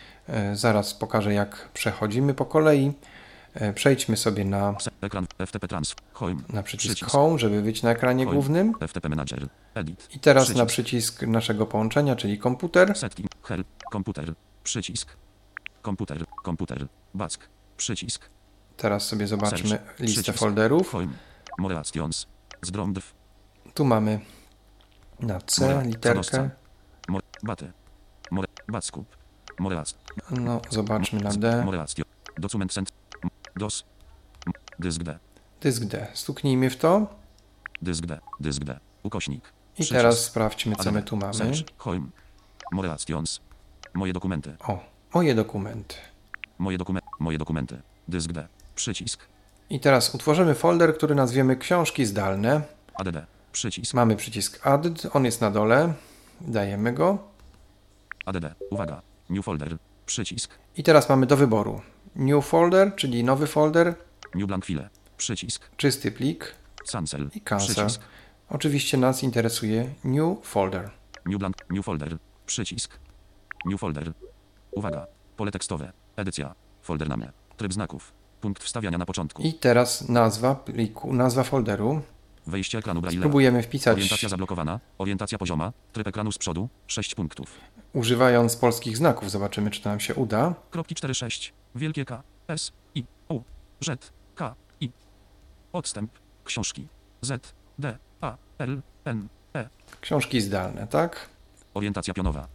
Zaraz pokażę, jak przechodzimy po kolei. Przejdźmy sobie na, Ekran F T P Trans. Home. na przycisk Przycisk. Home, żeby być na ekranie Home. głównym. F T P Manager. Edit. I teraz Przycisk. na przycisk naszego połączenia, czyli komputer. Setting. Help. Komputer. Przycisk. Komputer. Komputer. Back. Przycisk. Teraz sobie zobaczmy Search. listę Przycisk. folderów. Home. Moderations. Zdromdw. Tu mamy na C Modera- literkę. Zanosca. Mo- Bate. More. Backup. Moderac. No, zobaczmy na D. Moderacjo. Document send. Dos. Dysk D. Dysk D. Stuknijmy w to. Dysk D. Dysk D. Ukośnik. I Przycisk. teraz sprawdźmy, co A D. my tu mamy. Search. Home. Moderations. Moje dokumenty. O, moje dokumenty. Moje dokumenty. Moje dokumenty. Dysk D. Przycisk. I teraz utworzymy folder, który nazwiemy książki zdalne. A D D. Przycisk. Mamy przycisk Add, on jest na dole. Dajemy go. A D D. Uwaga. New folder. Przycisk. I teraz mamy do wyboru New Folder, czyli nowy folder, New blank file. Przycisk. czysty plik Cancel. i cancel. Przycisk. Oczywiście nas interesuje New Folder. New blank. New folder. Przycisk. New folder. Uwaga. Pole tekstowe. Edycja. Folder name. Tryb znaków. Punkt wstawiania na początku. I teraz nazwa pliku, nazwa folderu. Wejście ekranu Braille'a. Spróbujemy wpisać, Orientacja zablokowana. Orientacja pozioma. Tryb ekranu z przodu. sześć punktów. używając polskich znaków. Zobaczymy, czy to nam się uda. Kropki cztery sześć. Wielkie K. S. I. U. Z. K. I. Odstęp. Książki. Z. D. A. L. N. E. Książki zdalne, tak? Orientacja pionowa.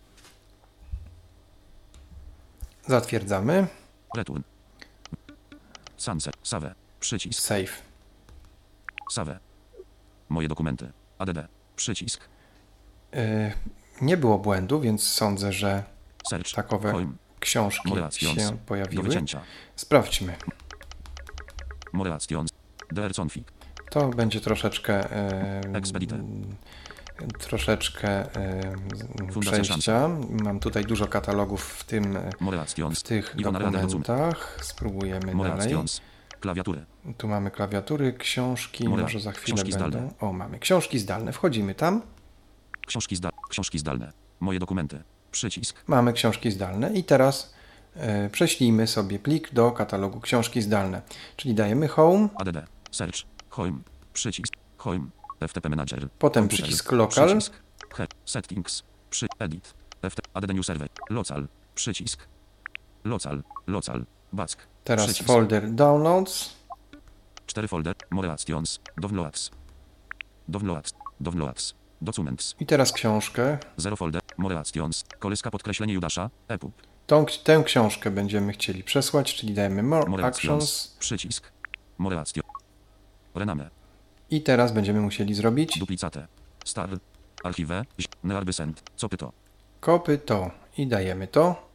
Zatwierdzamy. Return. Sunset. Save. Przycisk. Save. Save. Moje dokumenty. A D D. Przycisk. Yy, nie było błędu, więc sądzę, że Search. takowe Home. książki Moderations. się Do pojawiły. wycięcia. Sprawdźmy. Moderations. D R config. To będzie troszeczkę yy, Expedite. troszeczkę yy, Fundacja przejścia. Mam tutaj dużo katalogów w tym w Moderations. tych Iwona Radę Rozum. dokumentach. Spróbujemy dalej. Moderations. Klawiatury. Tu mamy klawiatury, książki, Modera- może za chwilę książki będą. zdalne. O, mamy książki zdalne. Wchodzimy tam. Książki, zda- książki zdalne. Moje dokumenty. Przycisk. Mamy książki zdalne i teraz e, prześlijmy sobie plik do katalogu książki zdalne. Czyli dajemy Home, add, search, home, przycisk, home, F T P Manager, potem komputer, przycisk Local, przycisk, he, settings, przy, edit, F T P, add new server, local, przycisk, local, local, back, teraz przycisk, folder Downloads, cztery folder, more actions, downloads, downloads, downloads, documents, i teraz książkę. zero folder, more actions, kołyska podkreślenie Judasza, epub, Tą, tę książkę będziemy chcieli przesłać, czyli dajemy More, more Actions actions, przycisk, more action, rename, i teraz będziemy musieli zrobić duplicate, star, archive, nearby send, copy to, copy to i dajemy to,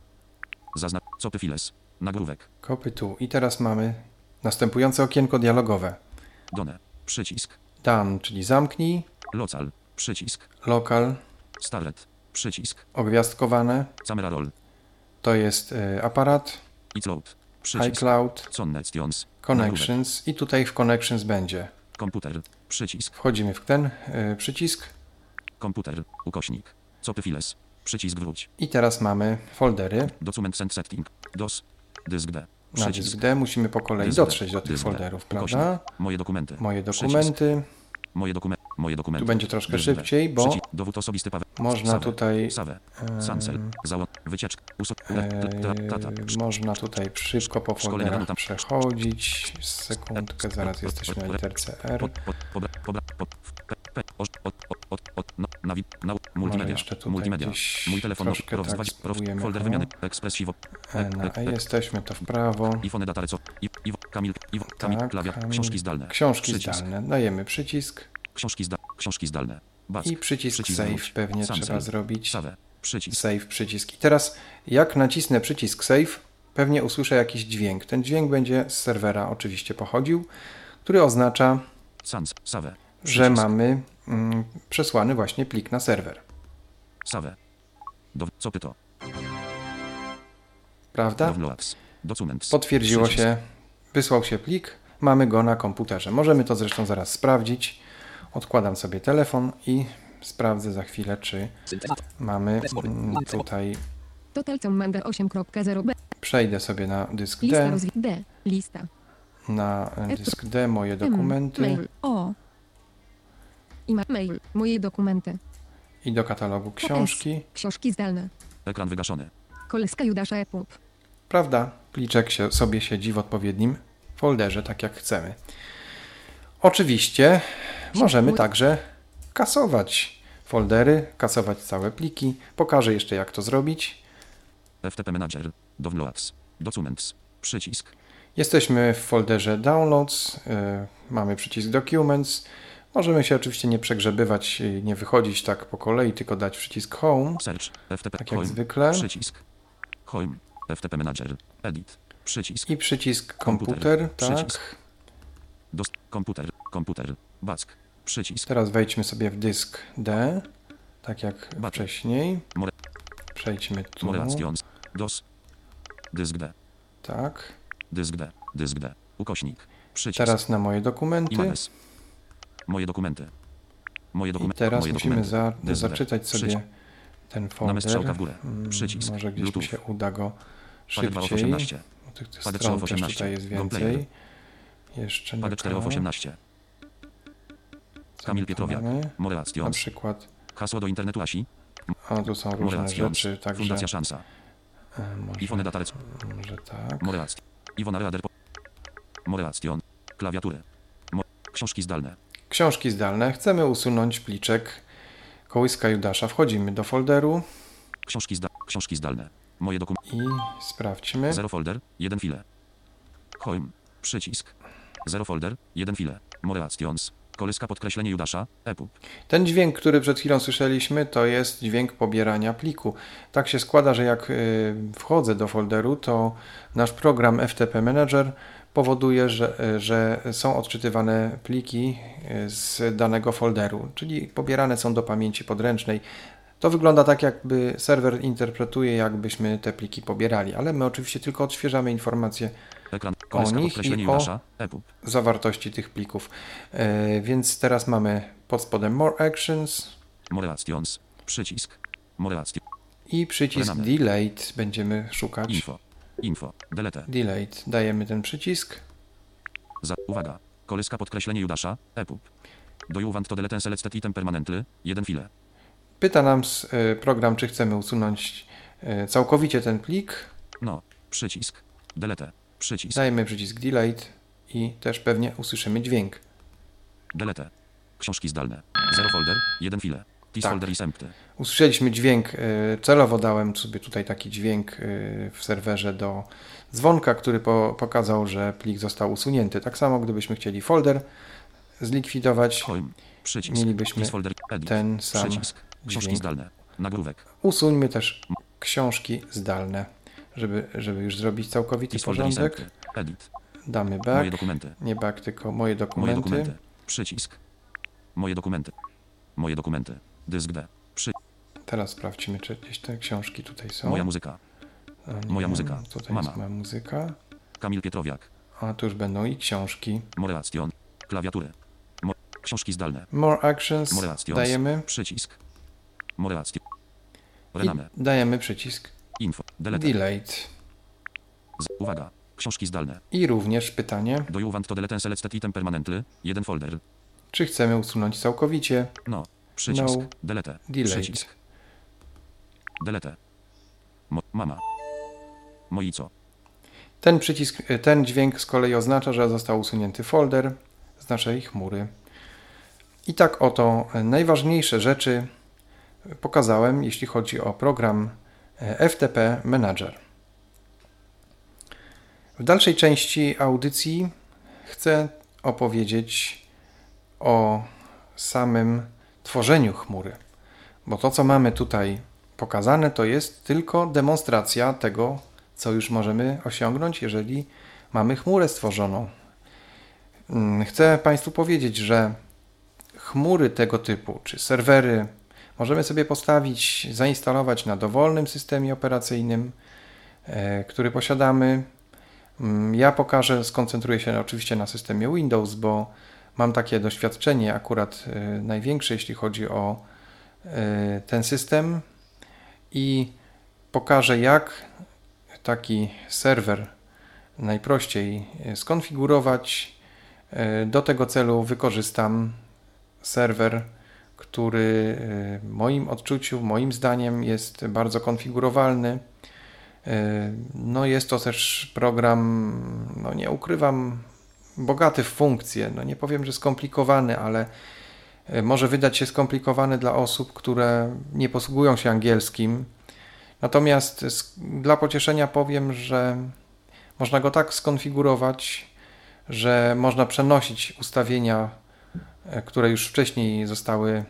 zaznacz, copy files, nagłówek, copy tu i teraz mamy następujące okienko dialogowe. done, przycisk, Done, czyli zamknij, local, przycisk, local, starlet, przycisk, ogwiazdkowane, camera roll, to jest y, aparat, it's load, przycisk, iCloud, connections, Connections i tutaj w Connections będzie. komputer, przycisk, Wchodzimy w ten y, przycisk komputer, ukośnik, copy files, przycisk wróć, i teraz mamy foldery. document send setting, dos, dysk D, Na przycisk, dysk D musimy po kolei Dysk D, dotrzeć do tych dysk D, folderów, ukośnik, prawda? moje dokumenty, Moje przycisk, dokumenty. moje dokumenty, moje dokumenty, Tu będzie troszkę dysk D, szybciej, bo przycisk, dowód osobisty Paweł, można Save, tutaj Save, em, Sancel, załącz, wycieczka, uso, Eee, tata, można tutaj szybko po Szkolenia folderach tam- przechodzić. Sekundkę, zaraz jesteśmy na literce R. pod, pod, pobra, pobra, pod, p, p, oż, od, od, od, od, no, nawi, nau, Może multimedia, jeszcze tutaj multimedia, gdzieś mój telefon, troszkę row, tak zwać, row, spróbujemy. folder O. wymiany, ekspresiwo, E, Na E jesteśmy, to w prawo. iPhone data reco, i, Iwo, Kamil, Iwo, Kamil, Tak, klawia, Kamil. książki zdalne, Książki przycisk, zdalne. Dajemy przycisk książki, zda, książki zdalne, back, i przycisk przycisk Save wróć, pewnie Sancel, trzeba zrobić. Save, przycisk, Save przycisk. I teraz jak nacisnę przycisk Save, pewnie usłyszę jakiś dźwięk. Ten dźwięk będzie z serwera oczywiście pochodził, który oznacza, Sans, Save, że przycisk, mamy mm, przesłany właśnie plik na serwer. Save, do, co pyto, Prawda? downloads, documents, Potwierdziło przycisk, się, wysłał się plik, mamy go na komputerze. Możemy to zresztą zaraz sprawdzić. Odkładam sobie telefon i sprawdzę za chwilę, czy mamy mm, tutaj. Total Commander osiem kropka zero B. Przejdę sobie na dysk Lista D, rozwi- D. Lista. na e, dysk D moje M. dokumenty Mail. O. I ma mail. Moje dokumenty. i do katalogu książki. Książki zdalne. ekran wygaszony, Koleska Judasza epub. Prawda, pliczek się, sobie siedzi w odpowiednim folderze, tak jak chcemy. Oczywiście możemy także kasować foldery, kasować całe pliki. Pokażę jeszcze, jak to zrobić. F T P Manager, downloads, documents, przycisk, Jesteśmy w folderze Downloads, yy, mamy przycisk Documents. Możemy się oczywiście nie przegrzebywać, yy, nie wychodzić tak po kolei, tylko dać przycisk Home, search, F T P, tak jak home, zwykle. przycisk, home, F T P Manager, edit, przycisk, I przycisk Komputer, Komputer, tak. przycisk. dos, komputer, komputer, back, przycisk, Teraz wejdźmy sobie w dysk D, tak jak Button. wcześniej. More, Przejdźmy tu, more actions, dos, dysk D, tak. dysk D, dysk D, ukośnik, przycisk, Teraz na moje dokumenty. images, moje dokumenty, moje I dokumenty, teraz moje musimy dokumenty, za, dysk D, zaczytać sobie przycisk, ten Namiast strzałka folder. w górę, Mm, przycisk, Może gdzieś mi Bluetooth, się uda go P D dwa of szybciej. osiemnaście, Bo tych, tych P D trzy stron of też osiemnaście, tutaj jest Go więcej. Player, Jeszcze nie P D cztery of to. osiemnaście, Co Kamil my tu Pietrowiak, mamy? more Na actions, przykład, hasło do internetu Asi, o tu są more różne actions, rzeczy, także Fundacja Szansa, e, może, iPhone data reco, może tak. more actions, Iwona Reader, more actions, klawiatury, Mo- książki zdalne, Książki zdalne. Chcemy usunąć pliczek Kołyska Judasza. Wchodzimy do folderu książki, zda- książki zdalne, moje dokumenty, i sprawdźmy. zero folder, jeden file, home, przycisk, zero folder, jeden file, more actions, kołyska podkreślenie Judasza, epub, Ten dźwięk, który przed chwilą słyszeliśmy, to jest dźwięk pobierania pliku. Tak się składa, że jak y, wchodzę do folderu, to nasz program F T P Manager powoduje, że, że są odczytywane pliki y, z danego folderu, czyli pobierane są do pamięci podręcznej. To wygląda tak, jakby serwer interpretuje, jakbyśmy te pliki pobierali, ale my oczywiście tylko odświeżamy informacje ekran, kołyska nich podkreślenie i o- Judasza, epub, zawartości tych plików. E, więc teraz mamy pod spodem More Actions more actions, przycisk, more actions, I przycisk Rename. Delete będziemy szukać. Info. Info. Delete. Delete. Dajemy ten przycisk. Za, uwaga. Kolyska podkreślenie Judasza. E P U B. Do you want to delete selected item permanently? jeden file. Pyta nam z, y, program, czy chcemy usunąć y, całkowicie ten plik. No. Przycisk. Delete. Przycisk. Dajemy przycisk Delete i też pewnie usłyszymy dźwięk. Delete. Książki zdalne. zero folder. jeden file. This Tak. folder is empty. Usłyszeliśmy dźwięk, y, celowo dałem sobie tutaj taki dźwięk y, w serwerze do dzwonka, który po, pokazał, że plik został usunięty. Tak samo gdybyśmy chcieli folder zlikwidować, Home. Przycisk. mielibyśmy This folder. Edit. ten sam Przycisk. Książki dźwięk. zdalne. Nagłówek. Usuńmy też książki zdalne, żeby, żeby już zrobić całkowity This folder is porządek. empty. Edit. Damy Moje back, dokumenty. nie back, tylko moje Moje dokumenty. dokumenty. Przycisk. Moje dokumenty. Moje dokumenty. Dysk D. Przy. Teraz sprawdźmy, czy gdzieś te książki tutaj są. Moja muzyka. O, nie, moja muzyka. Tutaj Mama. jest moja muzyka. Kamil Pietrowiak. A tu już będą i książki. Moreation. Klawiatury. Mo książki zdalne. More actions Moreations. dajemy Przycisk. Moreation. i Rename. dajemy przycisk Info. Delete. Delete. Z uwaga. Książki zdalne. I również pytanie, Do you want to delete selected item permanently? jeden folder. czy chcemy usunąć całkowicie. No. Przycisk. No. Delete. Delete. Przycisk. Delete. Mo mama. Moi co? Ten przycisk, ten dźwięk z kolei oznacza, że został usunięty folder z naszej chmury. I tak oto najważniejsze rzeczy pokazałem, jeśli chodzi o program F T P Manager. W dalszej części audycji chcę opowiedzieć o samym tworzeniu chmury, bo to, co mamy tutaj pokazane, to jest tylko demonstracja tego, co już możemy osiągnąć, jeżeli mamy chmurę stworzoną. Chcę Państwu powiedzieć, że chmury tego typu, czy serwery, możemy sobie postawić, zainstalować na dowolnym systemie operacyjnym, który posiadamy. Ja pokażę, skoncentruję się oczywiście na systemie Windows, bo mam takie doświadczenie akurat największe, jeśli chodzi o ten system, i pokażę, jak taki serwer najprościej skonfigurować. Do tego celu wykorzystam serwer, który w moim odczuciu, moim zdaniem jest bardzo konfigurowalny. No jest to też program, no nie ukrywam, bogaty w funkcje. No nie powiem, że skomplikowany, ale może wydać się skomplikowany dla osób, które nie posługują się angielskim. Natomiast dla pocieszenia powiem, że można go tak skonfigurować, że można przenosić ustawienia, które już wcześniej zostały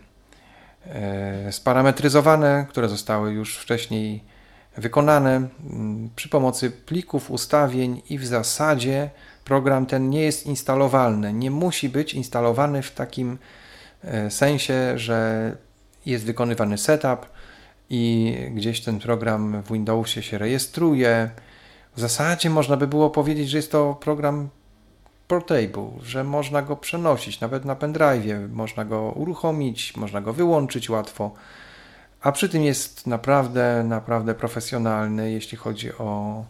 sparametryzowane, które zostały już wcześniej wykonane przy pomocy plików ustawień, i w zasadzie program ten nie jest instalowalny. Nie musi być instalowany w takim sensie, że jest wykonywany setup i gdzieś ten program w Windowsie się rejestruje. W zasadzie można by było powiedzieć, że jest to program portable, że można go przenosić nawet na pendrive'ie, można go uruchomić, można go wyłączyć łatwo, a przy tym jest naprawdę, naprawdę profesjonalny, jeśli chodzi o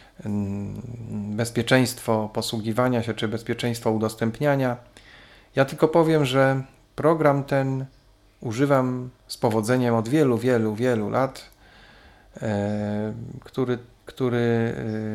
bezpieczeństwo posługiwania się czy bezpieczeństwo udostępniania. Ja tylko powiem, że program ten używam z powodzeniem od wielu, wielu, wielu lat, e, który, który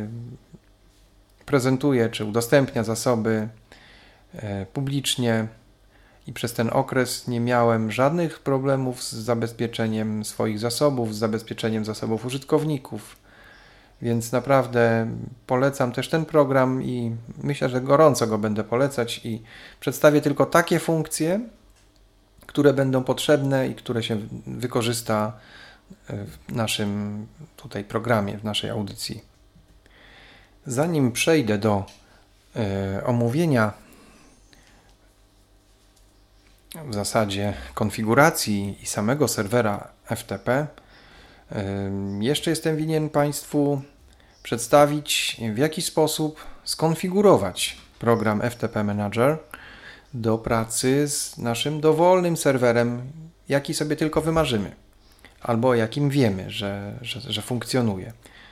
e, prezentuje czy udostępnia zasoby e, publicznie, i przez ten okres nie miałem żadnych problemów z zabezpieczeniem swoich zasobów, z zabezpieczeniem zasobów użytkowników. Więc naprawdę polecam też ten program i myślę, że gorąco go będę polecać, i przedstawię tylko takie funkcje, które będą potrzebne i które się wykorzysta w naszym tutaj programie, w naszej audycji. Zanim przejdę do y, omówienia w zasadzie konfiguracji i samego serwera F T P, y, jeszcze jestem winien Państwu przedstawić, w jaki sposób skonfigurować program F T P Manager do pracy z naszym dowolnym serwerem, jaki sobie tylko wymarzymy. albo o jakim wiemy, że, że, że funkcjonuje.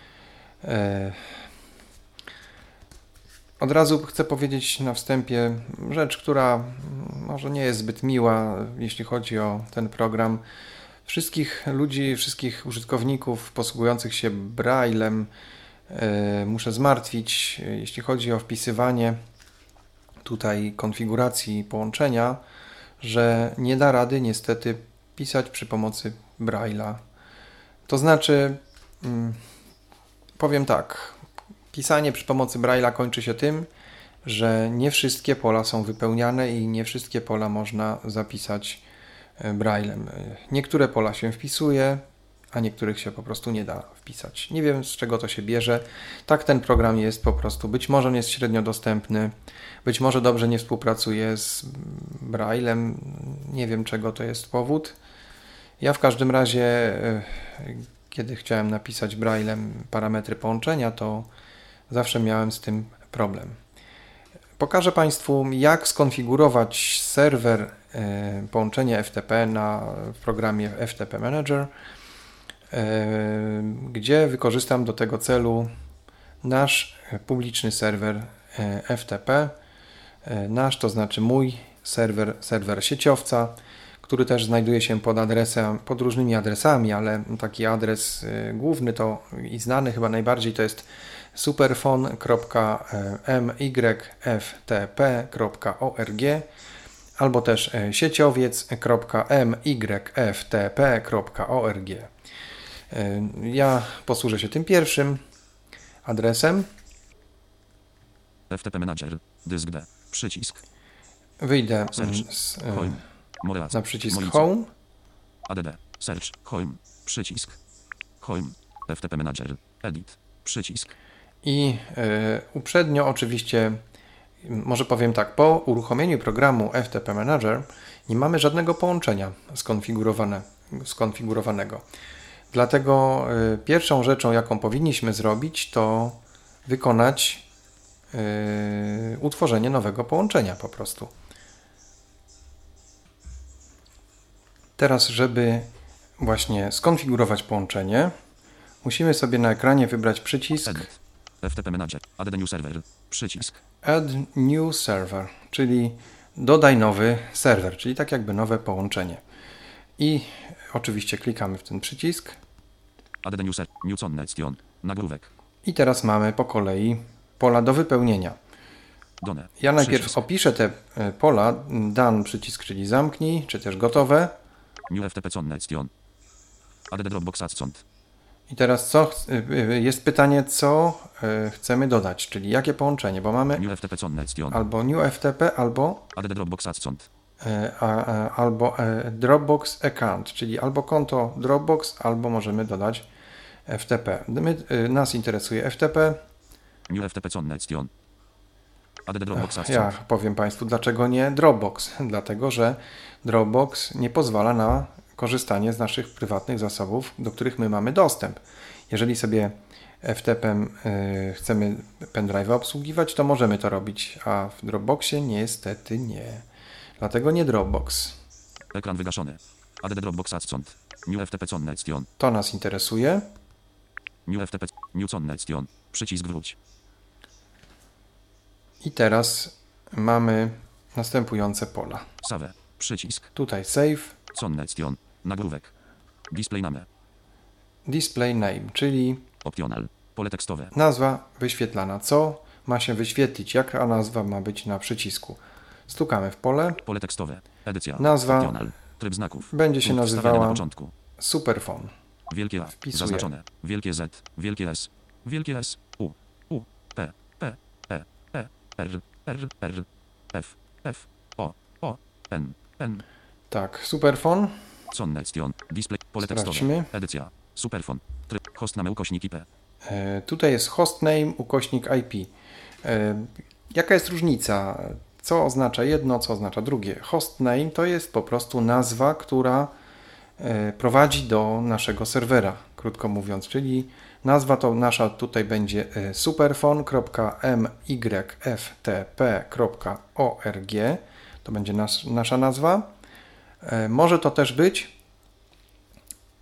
Od razu chcę powiedzieć na wstępie rzecz, która może nie jest zbyt miła, jeśli chodzi o ten program. Wszystkich ludzi, wszystkich użytkowników posługujących się Braillem muszę zmartwić, jeśli chodzi o wpisywanie tutaj konfiguracji połączenia, że nie da rady niestety pisać przy pomocy Braille'a. To znaczy, powiem tak, pisanie przy pomocy Braille'a kończy się tym, że nie wszystkie pola są wypełniane i nie wszystkie pola można zapisać Braillem. Niektóre pola się wpisuje, a niektórych się po prostu nie da wpisać. Nie wiem, z czego to się bierze. Tak ten program jest po prostu. Być może on jest średnio dostępny, być może dobrze nie współpracuje z Braillem. Nie wiem, czego to jest powód. Ja w każdym razie, kiedy chciałem napisać Braillem parametry połączenia, to zawsze miałem z tym problem. Pokażę Państwu, jak skonfigurować serwer połączenia F T P na, w programie F T P Manager, gdzie wykorzystam do tego celu nasz publiczny serwer F T P. Nasz to znaczy mój serwer, serwer sieciowca, który też znajduje się pod adresem, pod różnymi adresami, ale taki adres główny to i znany chyba najbardziej to jest superfon kropka m y f t p kropka org albo też sieciowiec kropka m y f t p kropka org. Ja posłużę się tym pierwszym adresem. F T P Manager, dysk D, przycisk. Wyjdę Search, z, home, Moreas, na przycisk Molice, Home. A D D, Search, Home, przycisk. Home, F T P Manager, Edit, przycisk. I y, uprzednio oczywiście, może powiem tak, po uruchomieniu programu F T P Manager nie mamy żadnego połączenia skonfigurowane, skonfigurowanego. Dlatego y, pierwszą rzeczą, jaką powinniśmy zrobić, to wykonać y, utworzenie nowego połączenia po prostu. Teraz, żeby właśnie skonfigurować połączenie, musimy sobie na ekranie wybrać przycisk Edit, F T P Manager, Add New Server, przycisk. Add New Server, czyli dodaj nowy serwer, czyli tak jakby nowe połączenie. I oczywiście klikamy w ten przycisk. Add New Server, New Connection, nagłówek. I teraz mamy po kolei pola do wypełnienia. Done, Ja najpierw przycisk. opiszę te pola, done przycisk, czyli zamknij, czy też gotowe. New F T P Connection. Add Dropbox Account. I teraz co? Jest pytanie, co chcemy dodać, czyli jakie połączenie, bo mamy New F T P Connection. albo New F T P, albo, Add Dropbox Account. a, a, albo Dropbox Account, czyli albo konto Dropbox, albo możemy dodać F T P. My, nas interesuje F T P. New F T P Connection. Add Dropbox Ja Account. powiem Państwu, dlaczego nie Dropbox. Dlatego, że Dropbox nie pozwala na korzystanie z naszych prywatnych zasobów, do których my mamy dostęp. Jeżeli sobie F T P y, chcemy pendrive'a obsługiwać, to możemy to robić, a w Dropboxie niestety nie. Dlatego nie Dropbox. Ekran wygaszony. Add Dropbox Account. New F T P Connection. To nas interesuje. New F T P. New Connection. Przycisk wróć. I teraz mamy następujące pola. Save. Przycisk. Tutaj save, Connection. Nagłówek. Display name. display name, czyli Optional. Pole tekstowe. nazwa wyświetlana. Co ma się wyświetlić? Jaka nazwa ma być na przycisku? Stukamy w pole. Pole tekstowe. Edycja. Nazwa Optional. Tryb znaków. będzie się Punkt wstawiania nazywała na początku. Superfon. Wielkie A. Wpisuję. Zaznaczone. Wielkie Z. Wielkie S. Wielkie S. U. U. P. P. E. E. R. R. R. F. F. O. O. N. N. Tak, Superfon. Connection. Display. Pole Sprawdźmy. tekstowe. Edycja. Superfon. Tryb. Hostname ukośnik I P. E, tutaj jest hostname ukośnik I P. E, jaka jest różnica? Co oznacza jedno, co oznacza drugie? Hostname to jest po prostu nazwa, która e, prowadzi do naszego serwera, krótko mówiąc, czyli nazwa to nasza tutaj będzie e, superfon kropka m y f t p kropka org. To będzie nas, nasza nazwa. E, może to też być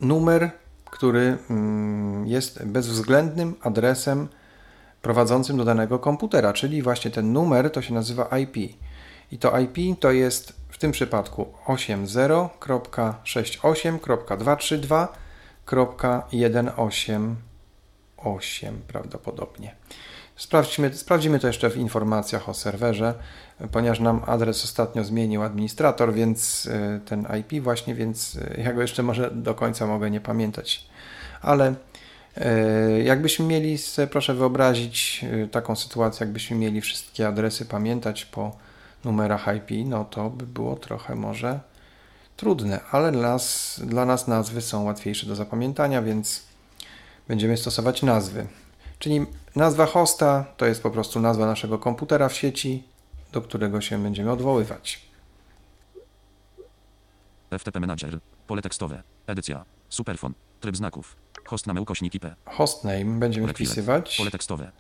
numer, który jest bezwzględnym adresem prowadzącym do danego komputera, czyli właśnie ten numer to się nazywa I P. I to I P to jest w tym przypadku osiemdziesiąt kropka sześćdziesiąt osiem kropka dwieście trzydzieści dwa kropka sto osiemdziesiąt osiem prawdopodobnie. Sprawdźmy, sprawdzimy to jeszcze w informacjach o serwerze, ponieważ nam adres ostatnio zmienił administrator, więc ten I P właśnie, więc ja go jeszcze może do końca mogę nie pamiętać. Ale jakbyśmy mieli, sobie proszę wyobrazić taką sytuację, jakbyśmy mieli wszystkie adresy pamiętać po numerach I P, no to by było trochę może trudne, ale dla nas, dla nas nazwy są łatwiejsze do zapamiętania, więc będziemy stosować nazwy. Czyli nazwa hosta to jest po prostu nazwa naszego komputera w sieci, do którego się będziemy odwoływać. F T P Manager, pole tekstowe, edycja, superfon, tryb znaków, hostname ukośnik I P. Hostname będziemy Pole chwilę, wpisywać pole tekstowe.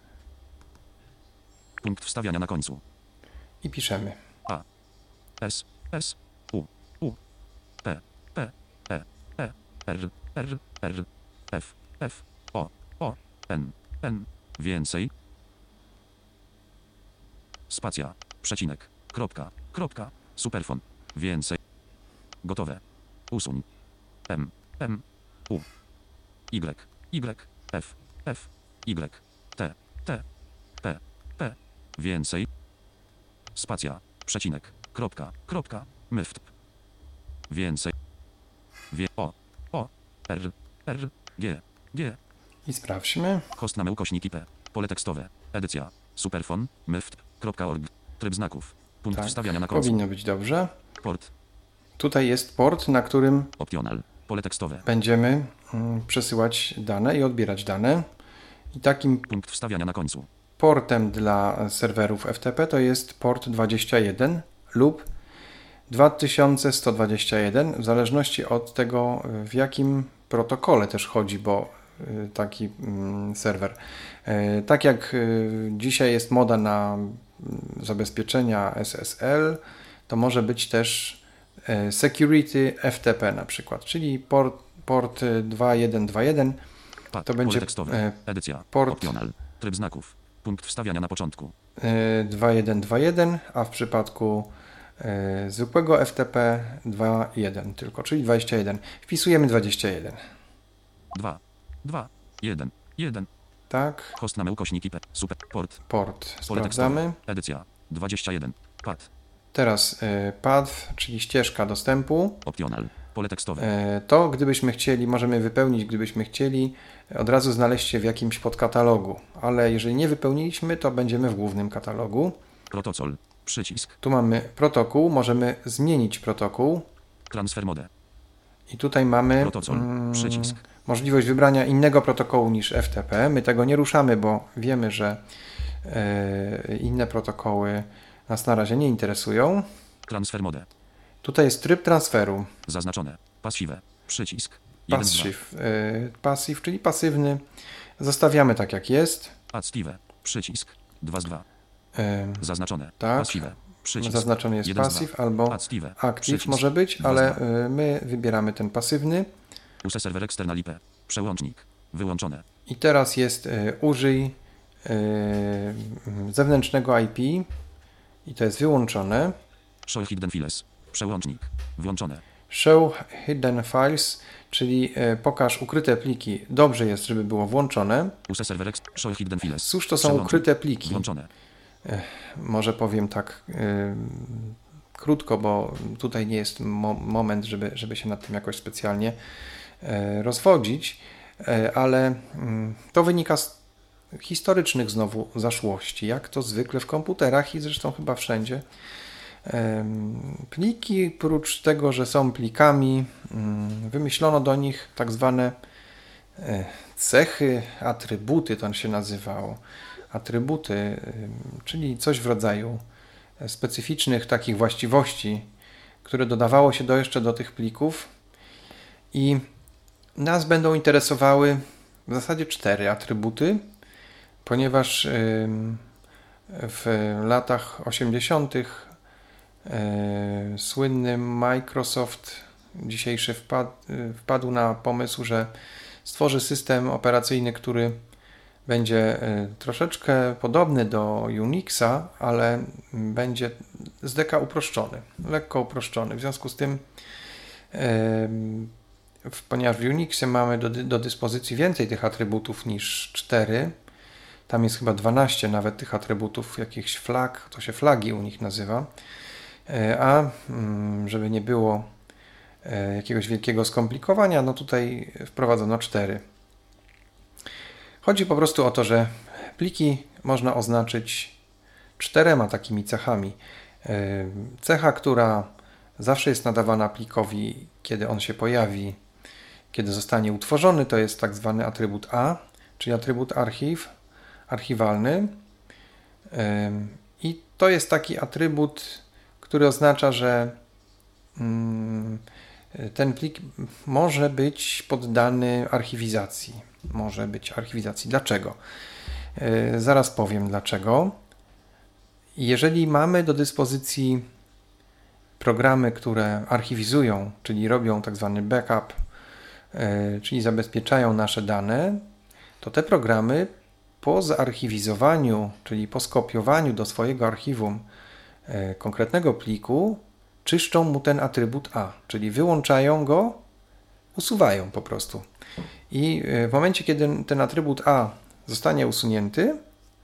Punkt wstawiania na końcu. i piszemy. A. S. S. U. U. P. P. E. E. R. R. R. F. F. O. O. N. N. Więcej. Spacja. Przecinek. Kropka. Kropka. Superfon. Więcej. Gotowe. Usuń. M. M. U. Y. Y. F. F. Y. T. T. P. P. Więcej. Spacja. Przecinek. Kropka. Kropka. Myft. Więcej. Wie. O. O. R. R. G. G. I sprawdźmy. Hostname ukośnik I P. Pole tekstowe. Edycja. Superfon. myft kropka org. Tryb znaków. Punkt Tak, wstawiania na końcu. powinno być dobrze. Port. Tutaj jest port, na którym Optional. Pole tekstowe. będziemy mm, przesyłać dane i odbierać dane. I takim Punkt wstawiania na końcu. portem dla serwerów F T P to jest port dwadzieścia jeden lub dwa tysiące sto dwadzieścia jeden, w zależności od tego, w jakim protokole też chodzi, bo taki serwer. Tak jak dzisiaj jest moda na zabezpieczenia S S L, to może być też Security F T P na przykład, czyli port, port dwa jeden dwa jeden Pad. to Pole będzie tekstowe. Edycja. port Optional. Tryb znaków. Punkt wstawiania na początku. dwa jeden dwa jeden, a w przypadku zwykłego F T P dwa jeden tylko, czyli dwadzieścia jeden. Wpisujemy dwadzieścia jeden. dwa. dwa. jeden. jeden. Tak. Hostname ukośnik I P. Super. Port. Port. Pole Sprawdzamy. tekstowe. Edycja. dwadzieścia jeden. Pad. Teraz y, path, czyli ścieżka dostępu. Optional. Pole tekstowe. Y, to gdybyśmy chcieli, możemy wypełnić, gdybyśmy chcieli od razu znaleźć się w jakimś podkatalogu, ale jeżeli nie wypełniliśmy, to będziemy w głównym katalogu. Protocol. Przycisk. Tu mamy protokół, możemy zmienić protokół Transfer mode. i tutaj mamy Protocol. Przycisk. możliwość wybrania innego protokołu niż F T P. My tego nie ruszamy, bo wiemy, że y, inne protokoły nas na razie nie interesują. Transfer mode. Tutaj jest tryb transferu. Zaznaczone. Passive. Przycisk. jeden z dwa. Passive, y, passive, czyli pasywny. Zostawiamy tak jak jest. Active. Przycisk. dwa z dwa. Y, Zaznaczone. tak. Passive. Przycisk. Zaznaczony jest jeden z passive dwa. albo Active. active Przycisk. może być, dwa z ale dwa. y, my wybieramy ten pasywny. Use server external I P. Przełącznik. Wyłączone. I teraz jest y, użyj y, zewnętrznego I P i to jest wyłączone. Show hidden files. Przełącznik. Włączone. Show hidden files, czyli y, pokaż ukryte pliki. Dobrze jest, żeby było włączone. Use server ex... Show hidden files. Cóż to są Przełącznik. ukryte pliki? Włączone. Może powiem tak y, krótko, bo tutaj nie jest mo- moment, żeby, żeby się nad tym jakoś specjalnie y, rozwodzić, y, ale y, to wynika z historycznych znowu zaszłości, jak to zwykle w komputerach i zresztą chyba wszędzie. Y, pliki, prócz tego, że są plikami, y, wymyślono do nich tak zwane y, cechy, atrybuty, to się nazywało. Atrybuty, czyli coś w rodzaju specyficznych takich właściwości, które dodawało się do jeszcze do tych plików i nas będą interesowały w zasadzie cztery atrybuty, ponieważ w latach osiemdziesiątych słynny Microsoft dzisiejszy wpadł, wpadł na pomysł, że stworzy system operacyjny, który będzie troszeczkę podobny do Unixa, ale będzie z deka uproszczony, lekko uproszczony. W związku z tym, ponieważ w Unixie mamy do, do dyspozycji więcej tych atrybutów niż cztery, tam jest chyba dwanaście nawet tych atrybutów, jakichś flag, to się flagi u nich nazywa, a żeby nie było jakiegoś wielkiego skomplikowania, no tutaj wprowadzono cztery. Chodzi po prostu o to, że pliki można oznaczyć czterema takimi cechami. Cecha, która zawsze jest nadawana plikowi, kiedy on się pojawi, kiedy zostanie utworzony, to jest tak zwany atrybut A, czyli atrybut archiw, archiwalny. I to jest taki atrybut, który oznacza, że ten plik może być poddany archiwizacji. Może być archiwizacji. Dlaczego? Zaraz powiem dlaczego. Jeżeli mamy do dyspozycji programy, które archiwizują, czyli robią tak zwany backup, czyli zabezpieczają nasze dane, to te programy po zarchiwizowaniu, czyli po skopiowaniu do swojego archiwum konkretnego pliku, czyszczą mu ten atrybut A, czyli wyłączają go, usuwają po prostu. I w momencie, kiedy ten atrybut A zostanie usunięty,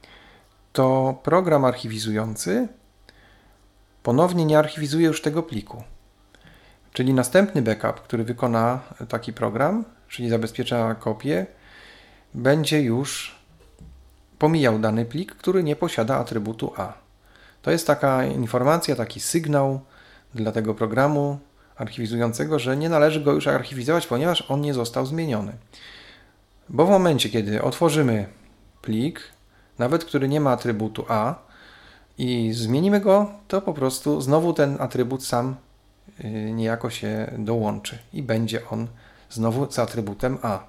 to program archiwizujący ponownie nie archiwizuje już tego pliku. Czyli następny backup, który wykona taki program, czyli zabezpiecza kopię, będzie już pomijał dany plik, który nie posiada atrybutu A. To jest taka informacja, taki sygnał dla tego programu archiwizującego, że nie należy go już archiwizować, ponieważ on nie został zmieniony. Bo w momencie, kiedy otworzymy plik, nawet który nie ma atrybutu A i zmienimy go, to po prostu znowu ten atrybut sam niejako się dołączy i będzie on znowu z atrybutem A.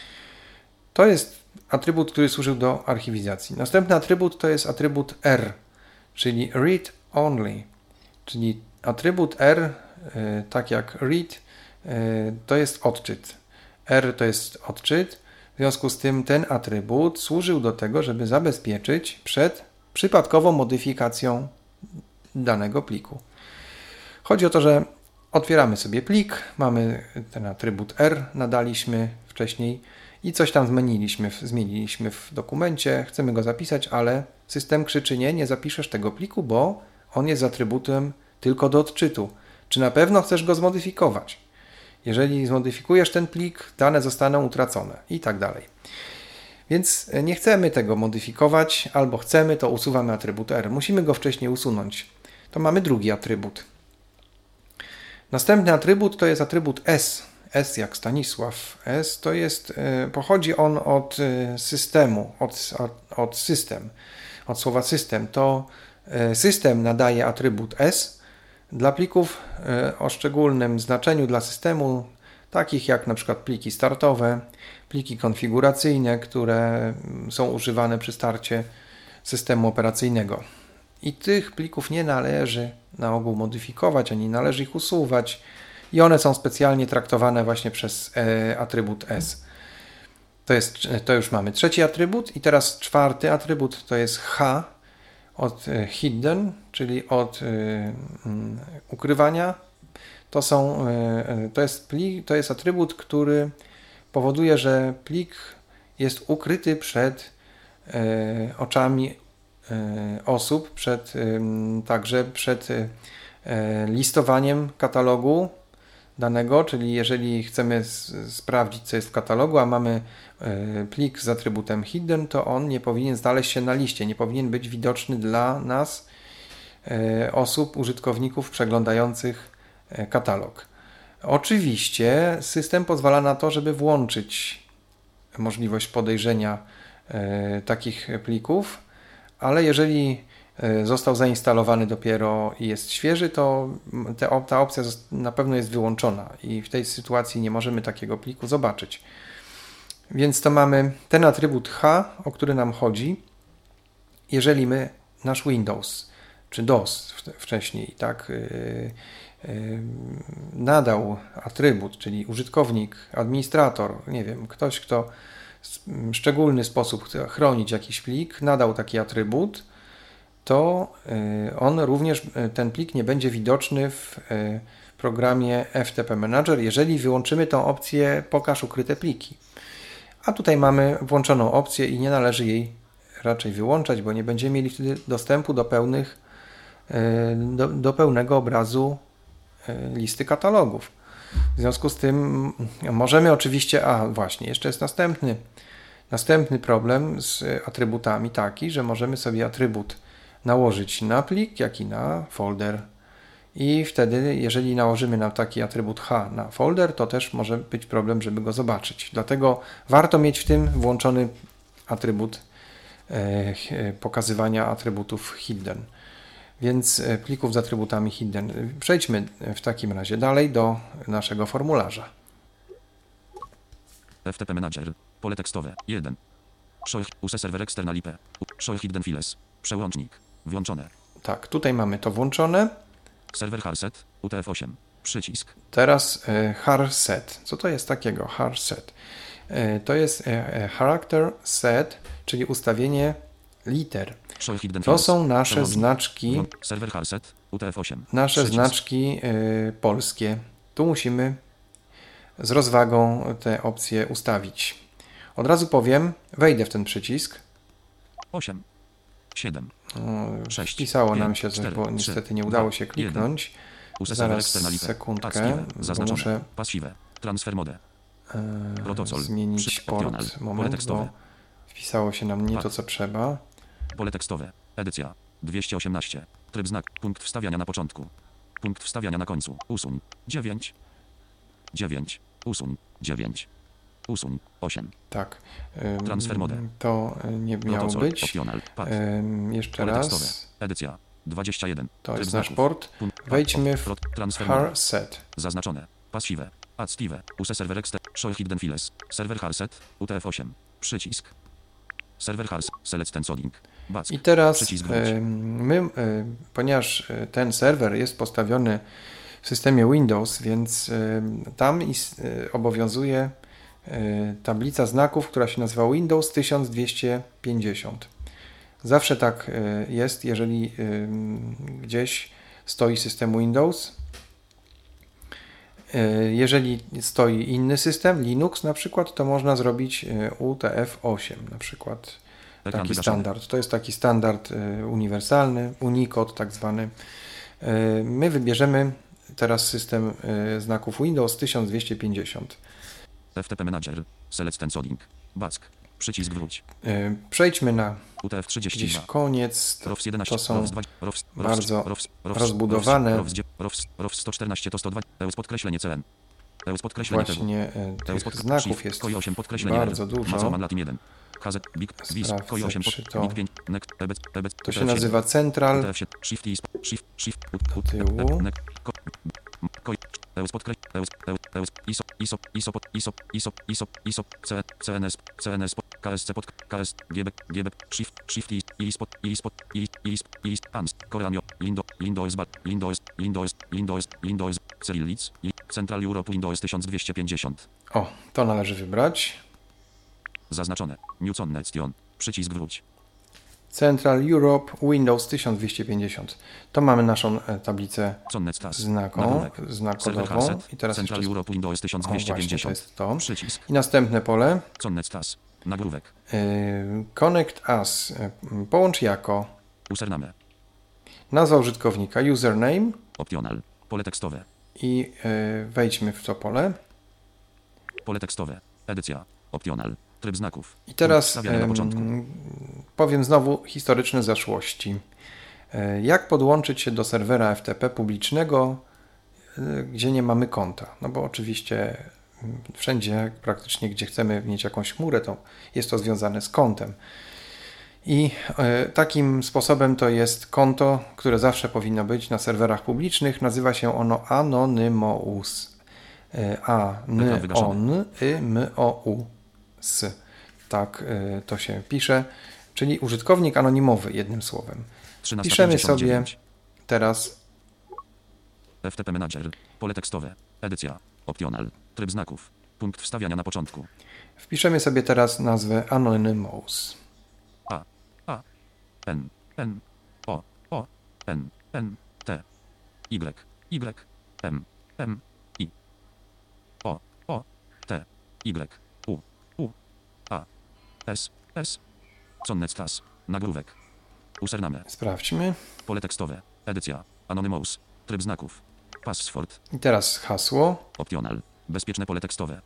To jest atrybut, który służył do archiwizacji. Następny atrybut to jest atrybut R, czyli read only, czyli atrybut R, tak jak read, to jest odczyt. R to jest odczyt, w związku z tym ten atrybut służył do tego, żeby zabezpieczyć przed przypadkową modyfikacją danego pliku. Chodzi o to, że otwieramy sobie plik, mamy ten atrybut R, nadaliśmy wcześniej i coś tam zmieniliśmy, zmieniliśmy w dokumencie, chcemy go zapisać, ale system krzyczy: nie, nie zapiszesz tego pliku, bo on jest atrybutem tylko do odczytu. Czy na pewno chcesz go zmodyfikować? Jeżeli zmodyfikujesz ten plik, dane zostaną utracone i tak dalej. Więc nie chcemy tego modyfikować, albo chcemy, to usuwamy atrybut R. Musimy go wcześniej usunąć. To mamy drugi atrybut. Następny atrybut to jest atrybut S. S jak Stanisław. S to jest, pochodzi on od systemu, od, od system, od słowa system. To system nadaje atrybut S dla plików o szczególnym znaczeniu dla systemu, takich jak na przykład pliki startowe, pliki konfiguracyjne, które są używane przy starcie systemu operacyjnego. I tych plików nie należy na ogół modyfikować, ani należy ich usuwać. I one są specjalnie traktowane właśnie przez e, atrybut S. To, jest, to już mamy trzeci atrybut i teraz czwarty atrybut to jest H od e, hidden, czyli od e, um, ukrywania. To, są, e, to, jest plik, to jest atrybut, który powoduje, że plik jest ukryty przed e, oczami e, osób, przed, e, także przed e, listowaniem katalogu danego, czyli jeżeli chcemy sprawdzić, co jest w katalogu, a mamy plik z atrybutem hidden, to on nie powinien znaleźć się na liście, nie powinien być widoczny dla nas, osób, użytkowników przeglądających katalog. Oczywiście system pozwala na to, żeby włączyć możliwość podejrzenia takich plików, ale jeżeli został zainstalowany dopiero i jest świeży, to te, ta opcja na pewno jest wyłączona i w tej sytuacji nie możemy takiego pliku zobaczyć. Więc to mamy ten atrybut H, o który nam chodzi. Jeżeli my nasz Windows, czy DOS wcześniej, tak, nadał atrybut, czyli użytkownik, administrator, nie wiem, ktoś, kto w szczególny sposób chce chronić jakiś plik, nadał taki atrybut, to on również, ten plik nie będzie widoczny w programie F T P Manager, jeżeli wyłączymy tą opcję pokaż ukryte pliki. A tutaj mamy włączoną opcję i nie należy jej raczej wyłączać, bo nie będziemy mieli wtedy dostępu do pełnych, do, do pełnego obrazu listy katalogów. W związku z tym możemy oczywiście, a właśnie, jeszcze jest następny, następny problem z atrybutami taki, że możemy sobie atrybut nałożyć na plik, jak i na folder. I wtedy, jeżeli nałożymy na taki atrybut H na folder, to też może być problem, żeby go zobaczyć. Dlatego warto mieć w tym włączony atrybut e, pokazywania atrybutów hidden. Więc plików z atrybutami hidden. Przejdźmy w takim razie dalej do naszego formularza. F T P Manager. Pole tekstowe. jeden. Show use server external I P. Show hidden files. Przełącznik. Włączone. Tak, tutaj mamy to włączone. Serwer hardset. U T F osiem. Przycisk. Teraz y, hardset. Co to jest takiego? Hardset. Y, to jest y, character set, czyli ustawienie liter. Show hidden To files. są nasze Przełącznik. znaczki, Serwer hardset. U T F osiem. nasze Przycisk. znaczki y, polskie. Tu musimy z rozwagą te opcje ustawić. Od razu powiem, wejdę w ten przycisk. osiem. siedem. O, sześć, Wpisało nam pięć, się coś, cztery, bo trzy, niestety nie udało dwa, się kliknąć. Use serwer Zaraz external I P. sekundkę, Passive. bo Zaznaczone. muszę Passive. Transfer mode. e, Protocol. zmienić Przy- optional. port. Pole Moment, tekstowe. bo wpisało się nam nie Pad. to, co trzeba. Pole tekstowe. Edycja. dwieście osiemnaście. Tryb znak. Punkt wstawiania na początku. Punkt wstawiania na końcu. Usuń. dziewięć. dziewięć. Usuń. dziewięć. Usuń. osiem. Tak. Ym, Transfer mode. To y, nie miało Protocol. być. Optional. Pad. Ym, jeszcze Pole tekstowe. raz. Edycja. dwadzieścia jeden. To Tryb jest nasz znaków. port. Punkt. Wejdźmy w Prot. Transfer mode. hard set. Zaznaczone. Passive. Active. Use server exter. Show hidden files. Server hardset. U T F osiem. Przycisk. Server hardset. Select tensoring. Back. I teraz Przycisk wróć. y, my, y, ponieważ y, ten serwer jest postawiony w systemie Windows, więc y, tam is, y, obowiązuje y, tablica znaków, która się nazywa Windows tysiąc dwieście pięćdziesiąt. Zawsze tak y, jest, jeżeli y, gdzieś stoi system Windows. Y, jeżeli stoi inny system, Linux na przykład, to można zrobić y, U T F osiem na przykład. Ekran Taki wygaszony. standard. To jest taki standard y, uniwersalny, Unicode tak zwany. Y, my wybierzemy teraz system y, znaków Windows tysiąc dwieście pięćdziesiąt. F T P Manager. Select tensoring. Back. Przycisk wróć. Y, przejdźmy na U T F trzydzieści gdzieś dwa. koniec. ROWS jedenaście. To są ROWS dwa. ROWS. bardzo ROWS. ROWS. rozbudowane. ROWS. ROWS. ROWS sto czternaście to sto dwa. E U S podkreślenie C N. E U S podkreślenie T W. Właśnie y, E U tych S podkreślenie znaków jest Koi osiem podkreślenie bardzo R. dużo. Mazoman Latin jeden. H Z. Big. Wiz. Sprawdzę, Koi osiem czy pod. to- Big pięć. Next. Ebec. Ebec. To się nazywa U T Central. F siedem. Shift i sp- Shift. Shift. U- u- tyłu. e- ne- ko- Koi. E U S podkreś. E U S. E U S. E U S. I S O. I S O. I S O. I S O. I S O. I S O. I S O. C. C N S. C N S. K S C pod. K S. G B. G B. Shift. Shift i i spot. I spot. I i sp- i sp- Ans. Koreanio. Lindo. Windows. Bar. Windows. Windows. Windows. Windows. Cyrillic. I Central Europe Windows tysiąc dwieście pięćdziesiąt. O, to należy wybrać. Zaznaczone. Newton Nation. Przycisk wróć. Central Europe Windows tysiąc dwieście pięćdziesiąt. To mamy naszą e, tablicę Connet Tas. znaką, Nagłówek. Server znakodową. hardset. I teraz Central jeszcze... Europe Windows tysiąc O, dwieście właśnie, to pięćdziesiąt. jest to. Przycisk. I następne pole. Connet Tas. Nagłówek. y, Connect as. y, Połącz jako. Username. Nazwa użytkownika. Username. Optional. Pole tekstowe. I y, wejdźmy w to pole. Pole tekstowe. Edycja. Optional. Tryb znaków. I teraz Wstawianie na początku. em, powiem znowu historyczne zaszłości. E, Jak podłączyć się do serwera F T P publicznego, e, gdzie nie mamy konta? No bo oczywiście m, wszędzie praktycznie, gdzie chcemy mieć jakąś chmurę, to jest to związane z kontem. I e, takim sposobem to jest konto, które zawsze powinno być na serwerach publicznych. Nazywa się ono Anonymous. E, A, N, Ekran wygaszony. on, y, m, o, u. S. Tak y, to się pisze, czyli użytkownik anonimowy, jednym słowem. trzynaście Piszemy pięćdziesiąt sobie dziewięć. teraz F T P Manager. Pole tekstowe. Edycja. Optional. Tryb znaków. Punkt wstawiania na początku. Wpiszemy sobie teraz nazwę Anonymous. A. A. N. N. O. O. N. N. T. Y. Y. M. M. I. O. O. T. Y. U. U. A. S. S. Sonnetstas. Nagłówek. Username. Sprawdźmy. Pole tekstowe. Edycja. Anonymous. Tryb znaków. Password. I teraz hasło. Optional. Bezpieczne pole tekstowe.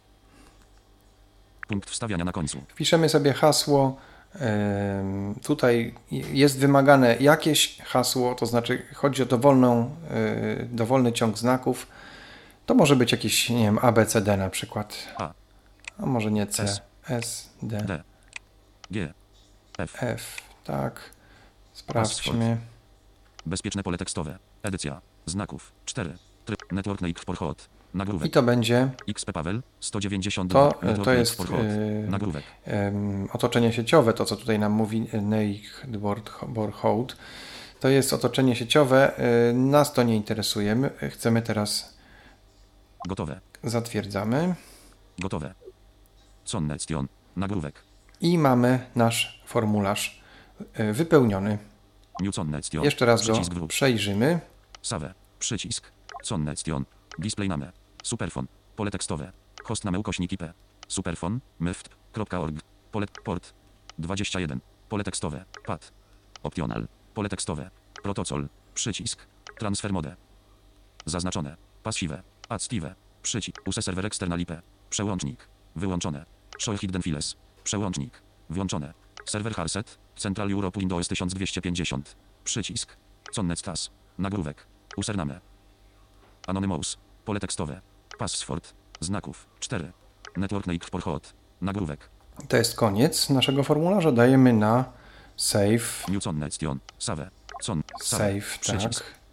Punkt wstawiania na końcu. Wpiszemy sobie hasło. Ym, tutaj jest wymagane jakieś hasło, to znaczy chodzi o dowolną, yy, dowolny ciąg znaków. To może być jakieś, nie wiem, A, B, C, D na przykład. A. A może nie C. S. S, D, D. G. F. F. Tak. Sprawdźmy. Bezpieczne pole tekstowe. Edycja. Znaków. cztery. Tryb. Network Lake for Hot. Nagłówek. I to będzie X P Paweł. sto dziewięćdziesiąt dwa. To, Network to Lake jest for Hot. yy, Nagłówek. Ym, otoczenie sieciowe, to co tutaj nam mówi Neighborhood. To jest otoczenie sieciowe. Yy, nas to nie interesuje. My chcemy teraz Gotowe. zatwierdzamy. Gotowe. Sonnetstion. Nagłówek. I mamy nasz formularz yy, wypełniony. New Sonnetstion. Jeszcze raz go Przycisk wróć. przejrzymy. Save. Przycisk. Sonnetstion. Display name. Superfon. Pole tekstowe. Hostname ukośnik I P. Superfon. myft kropka org. Pole port. dwadzieścia jeden. Pole tekstowe. Pad. Optional. Pole tekstowe. Protocol. Przycisk. Transfer mode. Zaznaczone. Passive. Active. Przycisk. Use server external I P. Przełącznik. Wyłączone. Show hidden files. Przełącznik. Włączone. Server Harset. Central Europe Windows tysiąc dwieście pięćdziesiąt. Przycisk. Sonnetstas. Nagłówek. Username. Anonymous. Pole tekstowe. Password. Znaków. cztery. Network Lake for Hot. Nagłówek. To jest koniec naszego formularza. Dajemy na save. New Sonnetstion. Save. Son. Save, Przycisk. tak.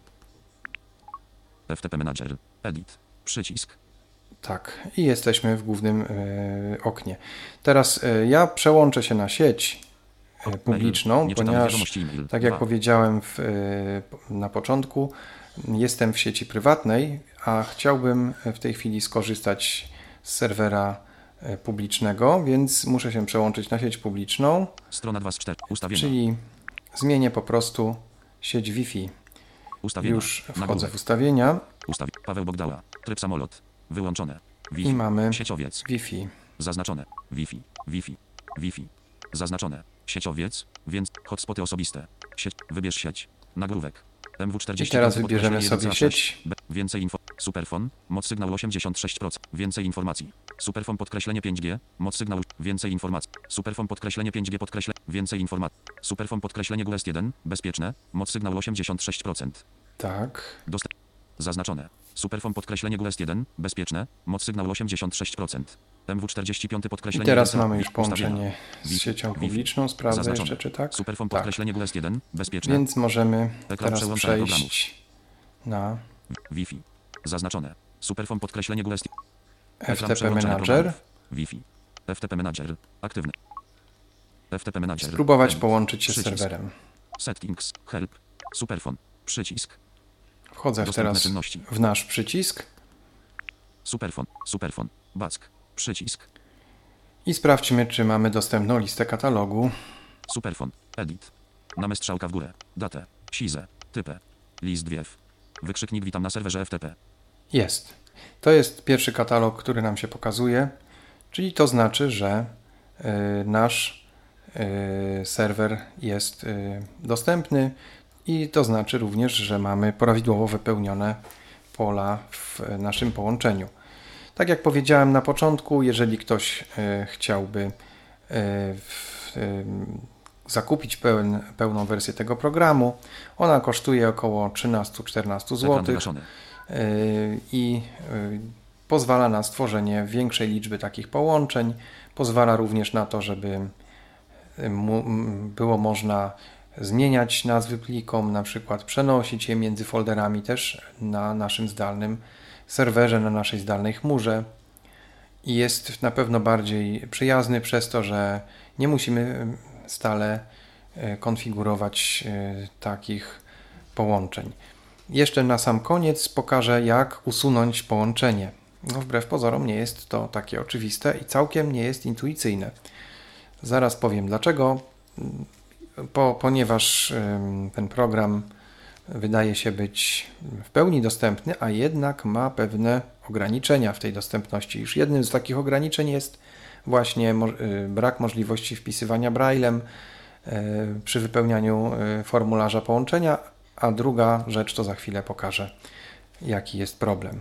F T P Manager. Edit. Przycisk. Tak. I jesteśmy w głównym y, oknie. Teraz y, ja przełączę się na sieć y, publiczną, Nieczytane ponieważ, wiadomości e-mail. tak jak Dwa. powiedziałem w, y, na początku, jestem w sieci prywatnej, a chciałbym w tej chwili skorzystać z serwera y, publicznego, więc muszę się przełączyć na sieć publiczną, Strona dwa z czterech. Ustawienia. czyli zmienię po prostu sieć Wi-Fi. Ustawienia. Już wchodzę Nagłówek. w ustawienia Ustawi. Paweł Bogdała. Tryb samolot. Wyłączone. Wi-Fi. i mamy Sieciowiec. Wi-Fi. Zaznaczone. Wi-Fi. Wi-Fi. Wi-Fi. Zaznaczone. Sieciowiec. Więc hotspoty osobiste. Sieć. Wybierz sieć. Nagłówek. M W I czterdzieści. teraz wybierzemy sobie sieć. B. Więcej info. Superfon. Moc sygnału osiemdziesiąt sześć procent. Więcej informacji. Superfon podkreślenie pięć G. Moc sygnału. Więcej informacji. Superfon podkreślenie pięć G podkreślenie. Więcej informacji. Superfon podkreślenie G U S jeden. Bezpieczne. Moc sygnału osiemdziesiąt sześć procent. Tak. Dostęp. Zaznaczone. Superfon podkreślenie G U S jeden. Bezpieczne. Moc sygnału osiemdziesiąt sześć procent. M W czterdzieści pięć I podkreślenie. teraz jeden. mamy już Ustawienia. połączenie z Wi-Fi. siecią Wi-Fi. publiczną. Sprawdzę Zaznaczone. jeszcze, czy tak. Superfon Tak. podkreślenie G U S jeden. Bezpieczne. Więc możemy Ekran teraz przełączania przejść na Wi-Fi. Zaznaczone. Superfon podkreślenie G U S. F T P Manager. Wi-Fi. F T P Manager. Aktywny. F T P Manager. Spróbować Edit. połączyć się z Przycisk. serwerem. Settings. Help. Superfon. Przycisk. Wchodzę w Dostępne teraz czynności. w nasz przycisk Superfon. Superfon. Back. Przycisk. i sprawdźmy, czy mamy dostępną listę katalogu. Superfon. Edit. Name strzałka w górę. Datę. Size. Typę. List wiew. Wykrzyknik witam na serwerze F T P. Jest. To jest pierwszy katalog, który nam się pokazuje, czyli to znaczy, że y, nasz y, serwer jest y, dostępny i to znaczy również, że mamy prawidłowo wypełnione pola w naszym połączeniu. Tak jak powiedziałem na początku, jeżeli ktoś y, chciałby y, w, y, zakupić pełen, pełną wersję tego programu, ona kosztuje około trzynaście czternaście Ekran złotych. wygaszony. I pozwala na stworzenie większej liczby takich połączeń. Pozwala również na to, żeby było można zmieniać nazwy plikom, na przykład przenosić je między folderami też na naszym zdalnym serwerze, na naszej zdalnej chmurze. I jest na pewno bardziej przyjazny przez to, że nie musimy stale konfigurować takich połączeń. Jeszcze na sam koniec pokażę, jak usunąć połączenie. No, wbrew pozorom nie jest to takie oczywiste i całkiem nie jest intuicyjne. Zaraz powiem dlaczego. Po, ponieważ ym, ten program wydaje się być w pełni dostępny, a jednak ma pewne ograniczenia w tej dostępności. Już jednym z takich ograniczeń jest właśnie mo- y, brak możliwości wpisywania braillem y, przy wypełnianiu y, formularza połączenia, a druga rzecz to za chwilę pokażę, jaki jest problem.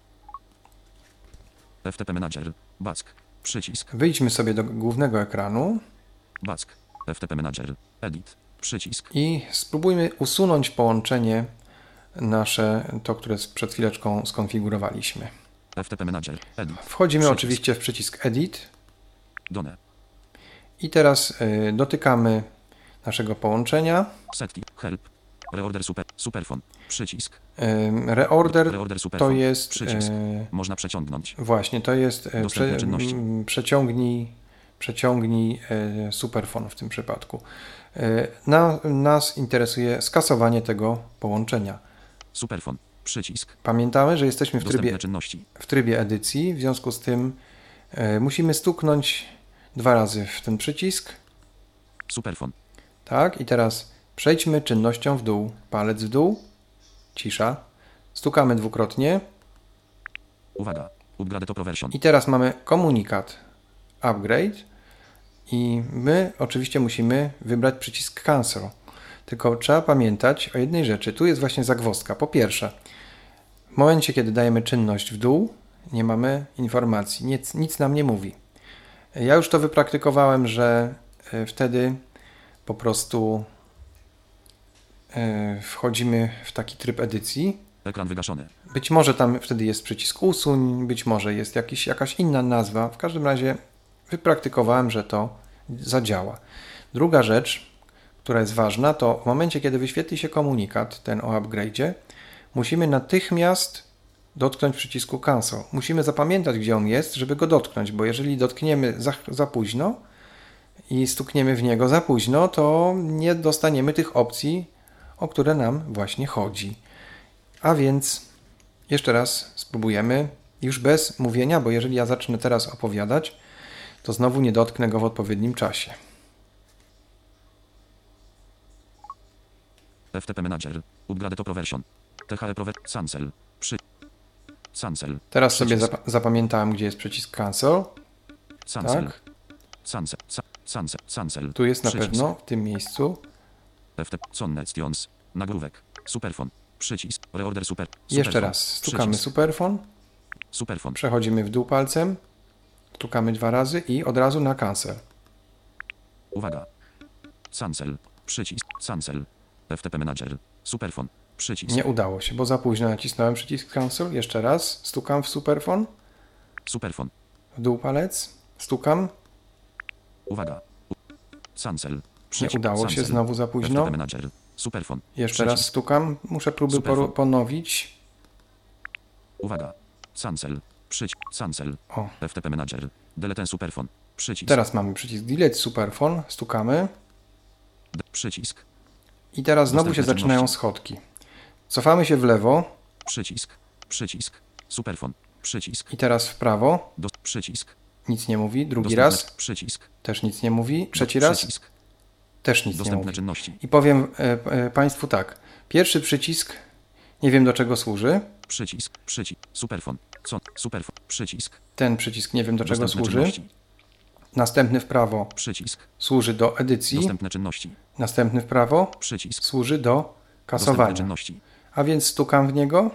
F T P Manager. Back. Przycisk. Wyjdźmy sobie do głównego ekranu Back. F T P Manager. Edit. Przycisk. i spróbujmy usunąć połączenie nasze, to, które przed chwileczką skonfigurowaliśmy. F T P Manager. Edit. Wchodzimy Przycisk. oczywiście w przycisk Edit Done. i teraz y, dotykamy naszego połączenia. Setting. Help. Reorder super. Superphone. Przycisk. Y, reorder Reorder to superphone. jest Przycisk. y, Można przeciągnąć. właśnie, to jest y, Dostępne prze, czynności. m, przeciągnij, przeciągnij y, superfon w tym przypadku. Y, na, nas interesuje skasowanie tego połączenia. Superphone. Przycisk. Pamiętamy, że jesteśmy w trybie Dostępne czynności. w trybie edycji, w związku z tym y, musimy stuknąć dwa razy w ten przycisk. Superphone. Tak, i teraz przejdźmy czynnością w dół. Palec w dół, cisza. Stukamy dwukrotnie Uwaga. Upgrade to version. i teraz mamy komunikat upgrade i my oczywiście musimy wybrać przycisk cancel. Tylko trzeba pamiętać o jednej rzeczy. Tu jest właśnie zagwozdka. Po pierwsze, w momencie, kiedy dajemy czynność w dół, nie mamy informacji. Nic, nic nam nie mówi. Ja już to wypraktykowałem, że y, wtedy po prostu y, wchodzimy w taki tryb edycji. Ekran wygaszony. Być może tam wtedy jest przycisk usuń, być może jest jakiś, jakaś inna nazwa. W każdym razie wypraktykowałem, że to zadziała. Druga rzecz, która jest ważna, to w momencie, kiedy wyświetli się komunikat, ten o upgrade'zie, musimy natychmiast dotknąć przycisku cancel. Musimy zapamiętać, gdzie on jest, żeby go dotknąć, bo jeżeli dotkniemy za, za późno i stukniemy w niego za późno, to nie dostaniemy tych opcji, o które nam właśnie chodzi. A więc jeszcze raz spróbujemy, już bez mówienia, bo jeżeli ja zacznę teraz opowiadać, to znowu nie dotknę go w odpowiednim czasie. F T P Manager. Upgrade to version. T H E Prover. Cancel. Przy. Cancel. Teraz Przycisk. sobie zap- zapamiętałem, gdzie jest przycisk cancel. Cancel. Tak. Cancel. Ca- Cancel. Cancel. Tu jest na Przycisk. pewno, w tym miejscu. F T P. Connections. Nagłówek. Superphone. Przycisk. Reorder super. Jeszcze Superphone. raz stukamy Przycisk. superfon, Superphone. przechodzimy w dół palcem, stukamy dwa razy i od razu na cancel. Uwaga. Cancel. Przycisk. Cancel. F T P Manager. Superphone. Przycisk. Nie udało się, bo za późno nacisnąłem przycisk cancel. Jeszcze raz stukam w superfon, Superphone. w dół palec, stukam. Uwaga. U- Cancel. Nie Przycisk. udało się, Cancel. znowu za F T późno. P Manager. Superphone. Jeszcze raz Przycisk. stukam, muszę próby Superfon. poru- ponowić. Uwaga. Cancel. Przycisk. Cancel. O, F T P Manager. Delete superphone. Przycisk. teraz mamy przycisk delete superfon, stukamy D- Przycisk. i teraz znowu się Dostępne zaczynają czynności. schodki. Cofamy się w lewo Przycisk. Przycisk. Superphone. Przycisk. i teraz w prawo. Do, przycisk. Nic nie mówi. Drugi Dostępne- raz Przycisk. też nic nie mówi. Trzeci Do, raz Przycisk. też nic nie Dostępne mówi. czynności. I powiem e, e, Państwu tak. Pierwszy przycisk, nie wiem do czego służy. Przycisk. Przycisk. Superphone. Co? Superphone. Przycisk. Ten przycisk nie wiem do czego Dostępne służy. czynności. Następny w prawo Przycisk. służy do edycji. Dostępne czynności. Następny w prawo Przycisk. służy do Dostępne kasowania. czynności. A więc stukam w niego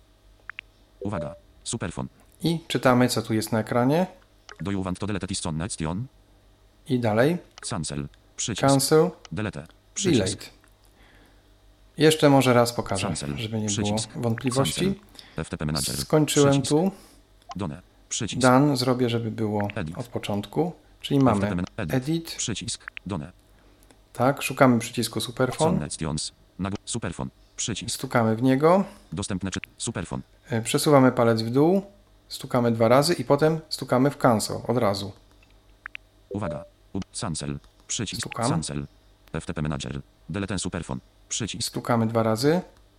Uwaga. Superphone. i czytamy co tu jest na ekranie. Do you want to delete this connection? I dalej. Cancel. Przycisk. Cancel, Delete. Przycisk. delete. Jeszcze może raz pokażę, Cancel. żeby nie Przycisk. było wątpliwości. Cancel. F T P Manager. Skończyłem Przycisk. tu. Done. Przycisk. Dan zrobię, żeby było Edit. od początku. Czyli F T mamy P Men- Edit. edit, Przycisk. Done. tak, szukamy przycisku superfon, Connections. Nagł- Superphone. Przycisk. stukamy w niego, Dostępne czy Superphone. y, przesuwamy palec w dół, stukamy dwa razy i potem stukamy w cancel od razu. Uwaga. U- Cancel. Przycisk. Stukam. Cancel. F T P Manager. Delete Superphone. Przycisk. Stukamy dwa razy,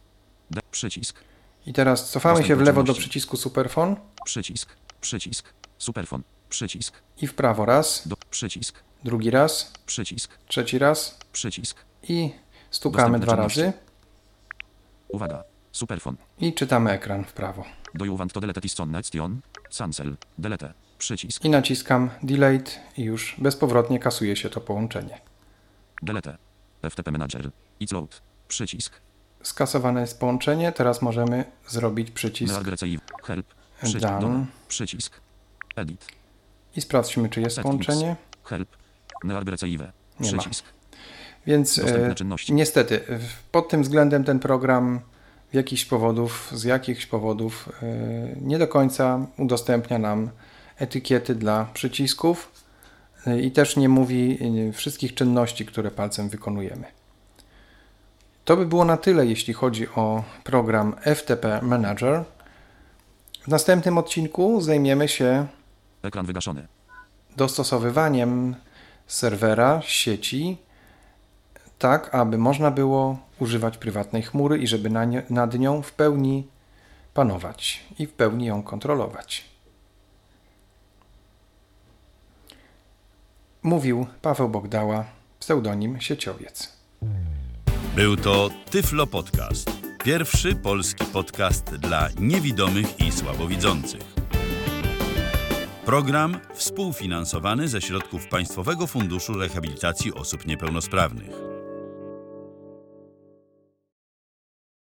D. Przycisk. I teraz cofamy Dostęp się w do lewo do czynności. przycisku Superfon Przycisk. Przycisk. Superfon. Przycisk. i w prawo raz, Do. Przycisk. drugi raz, Przycisk. trzeci raz Przycisk. i stukamy Dostępne dwa razy czynności. Uwaga. Superfon. i czytamy ekran w prawo. Do you want to delete this connection? Cancel. Delete. Przycisk. I naciskam Delete i już bezpowrotnie kasuje się to połączenie. Delete. F T P Manager. It's load. Przycisk. Skasowane jest połączenie, teraz możemy zrobić przycisk Nearby receive. Help. Przycisk. Done. Done. Przycisk. Edit. i sprawdźmy, czy jest Settings. połączenie. Help. Nearby receive. Nie ma. Przycisk. Więc Dostępne e, czynności. niestety w- pod tym względem ten program w jakichś powodów, z jakichś powodów e, nie do końca udostępnia nam etykiety dla przycisków e, i też nie mówi e, wszystkich czynności, które palcem wykonujemy. To by było na tyle, jeśli chodzi o program F T P Manager. W następnym odcinku zajmiemy się Ekran wygaszony. dostosowywaniem serwera, sieci, tak aby można było używać prywatnej chmury i żeby na nie, nad nią w pełni panować i w pełni ją kontrolować. Mówił Paweł Bogdała, pseudonim Sieciowiec. Był to Tyflo Podcast. Pierwszy polski podcast dla niewidomych i słabowidzących. Program współfinansowany ze środków Państwowego Funduszu Rehabilitacji Osób Niepełnosprawnych.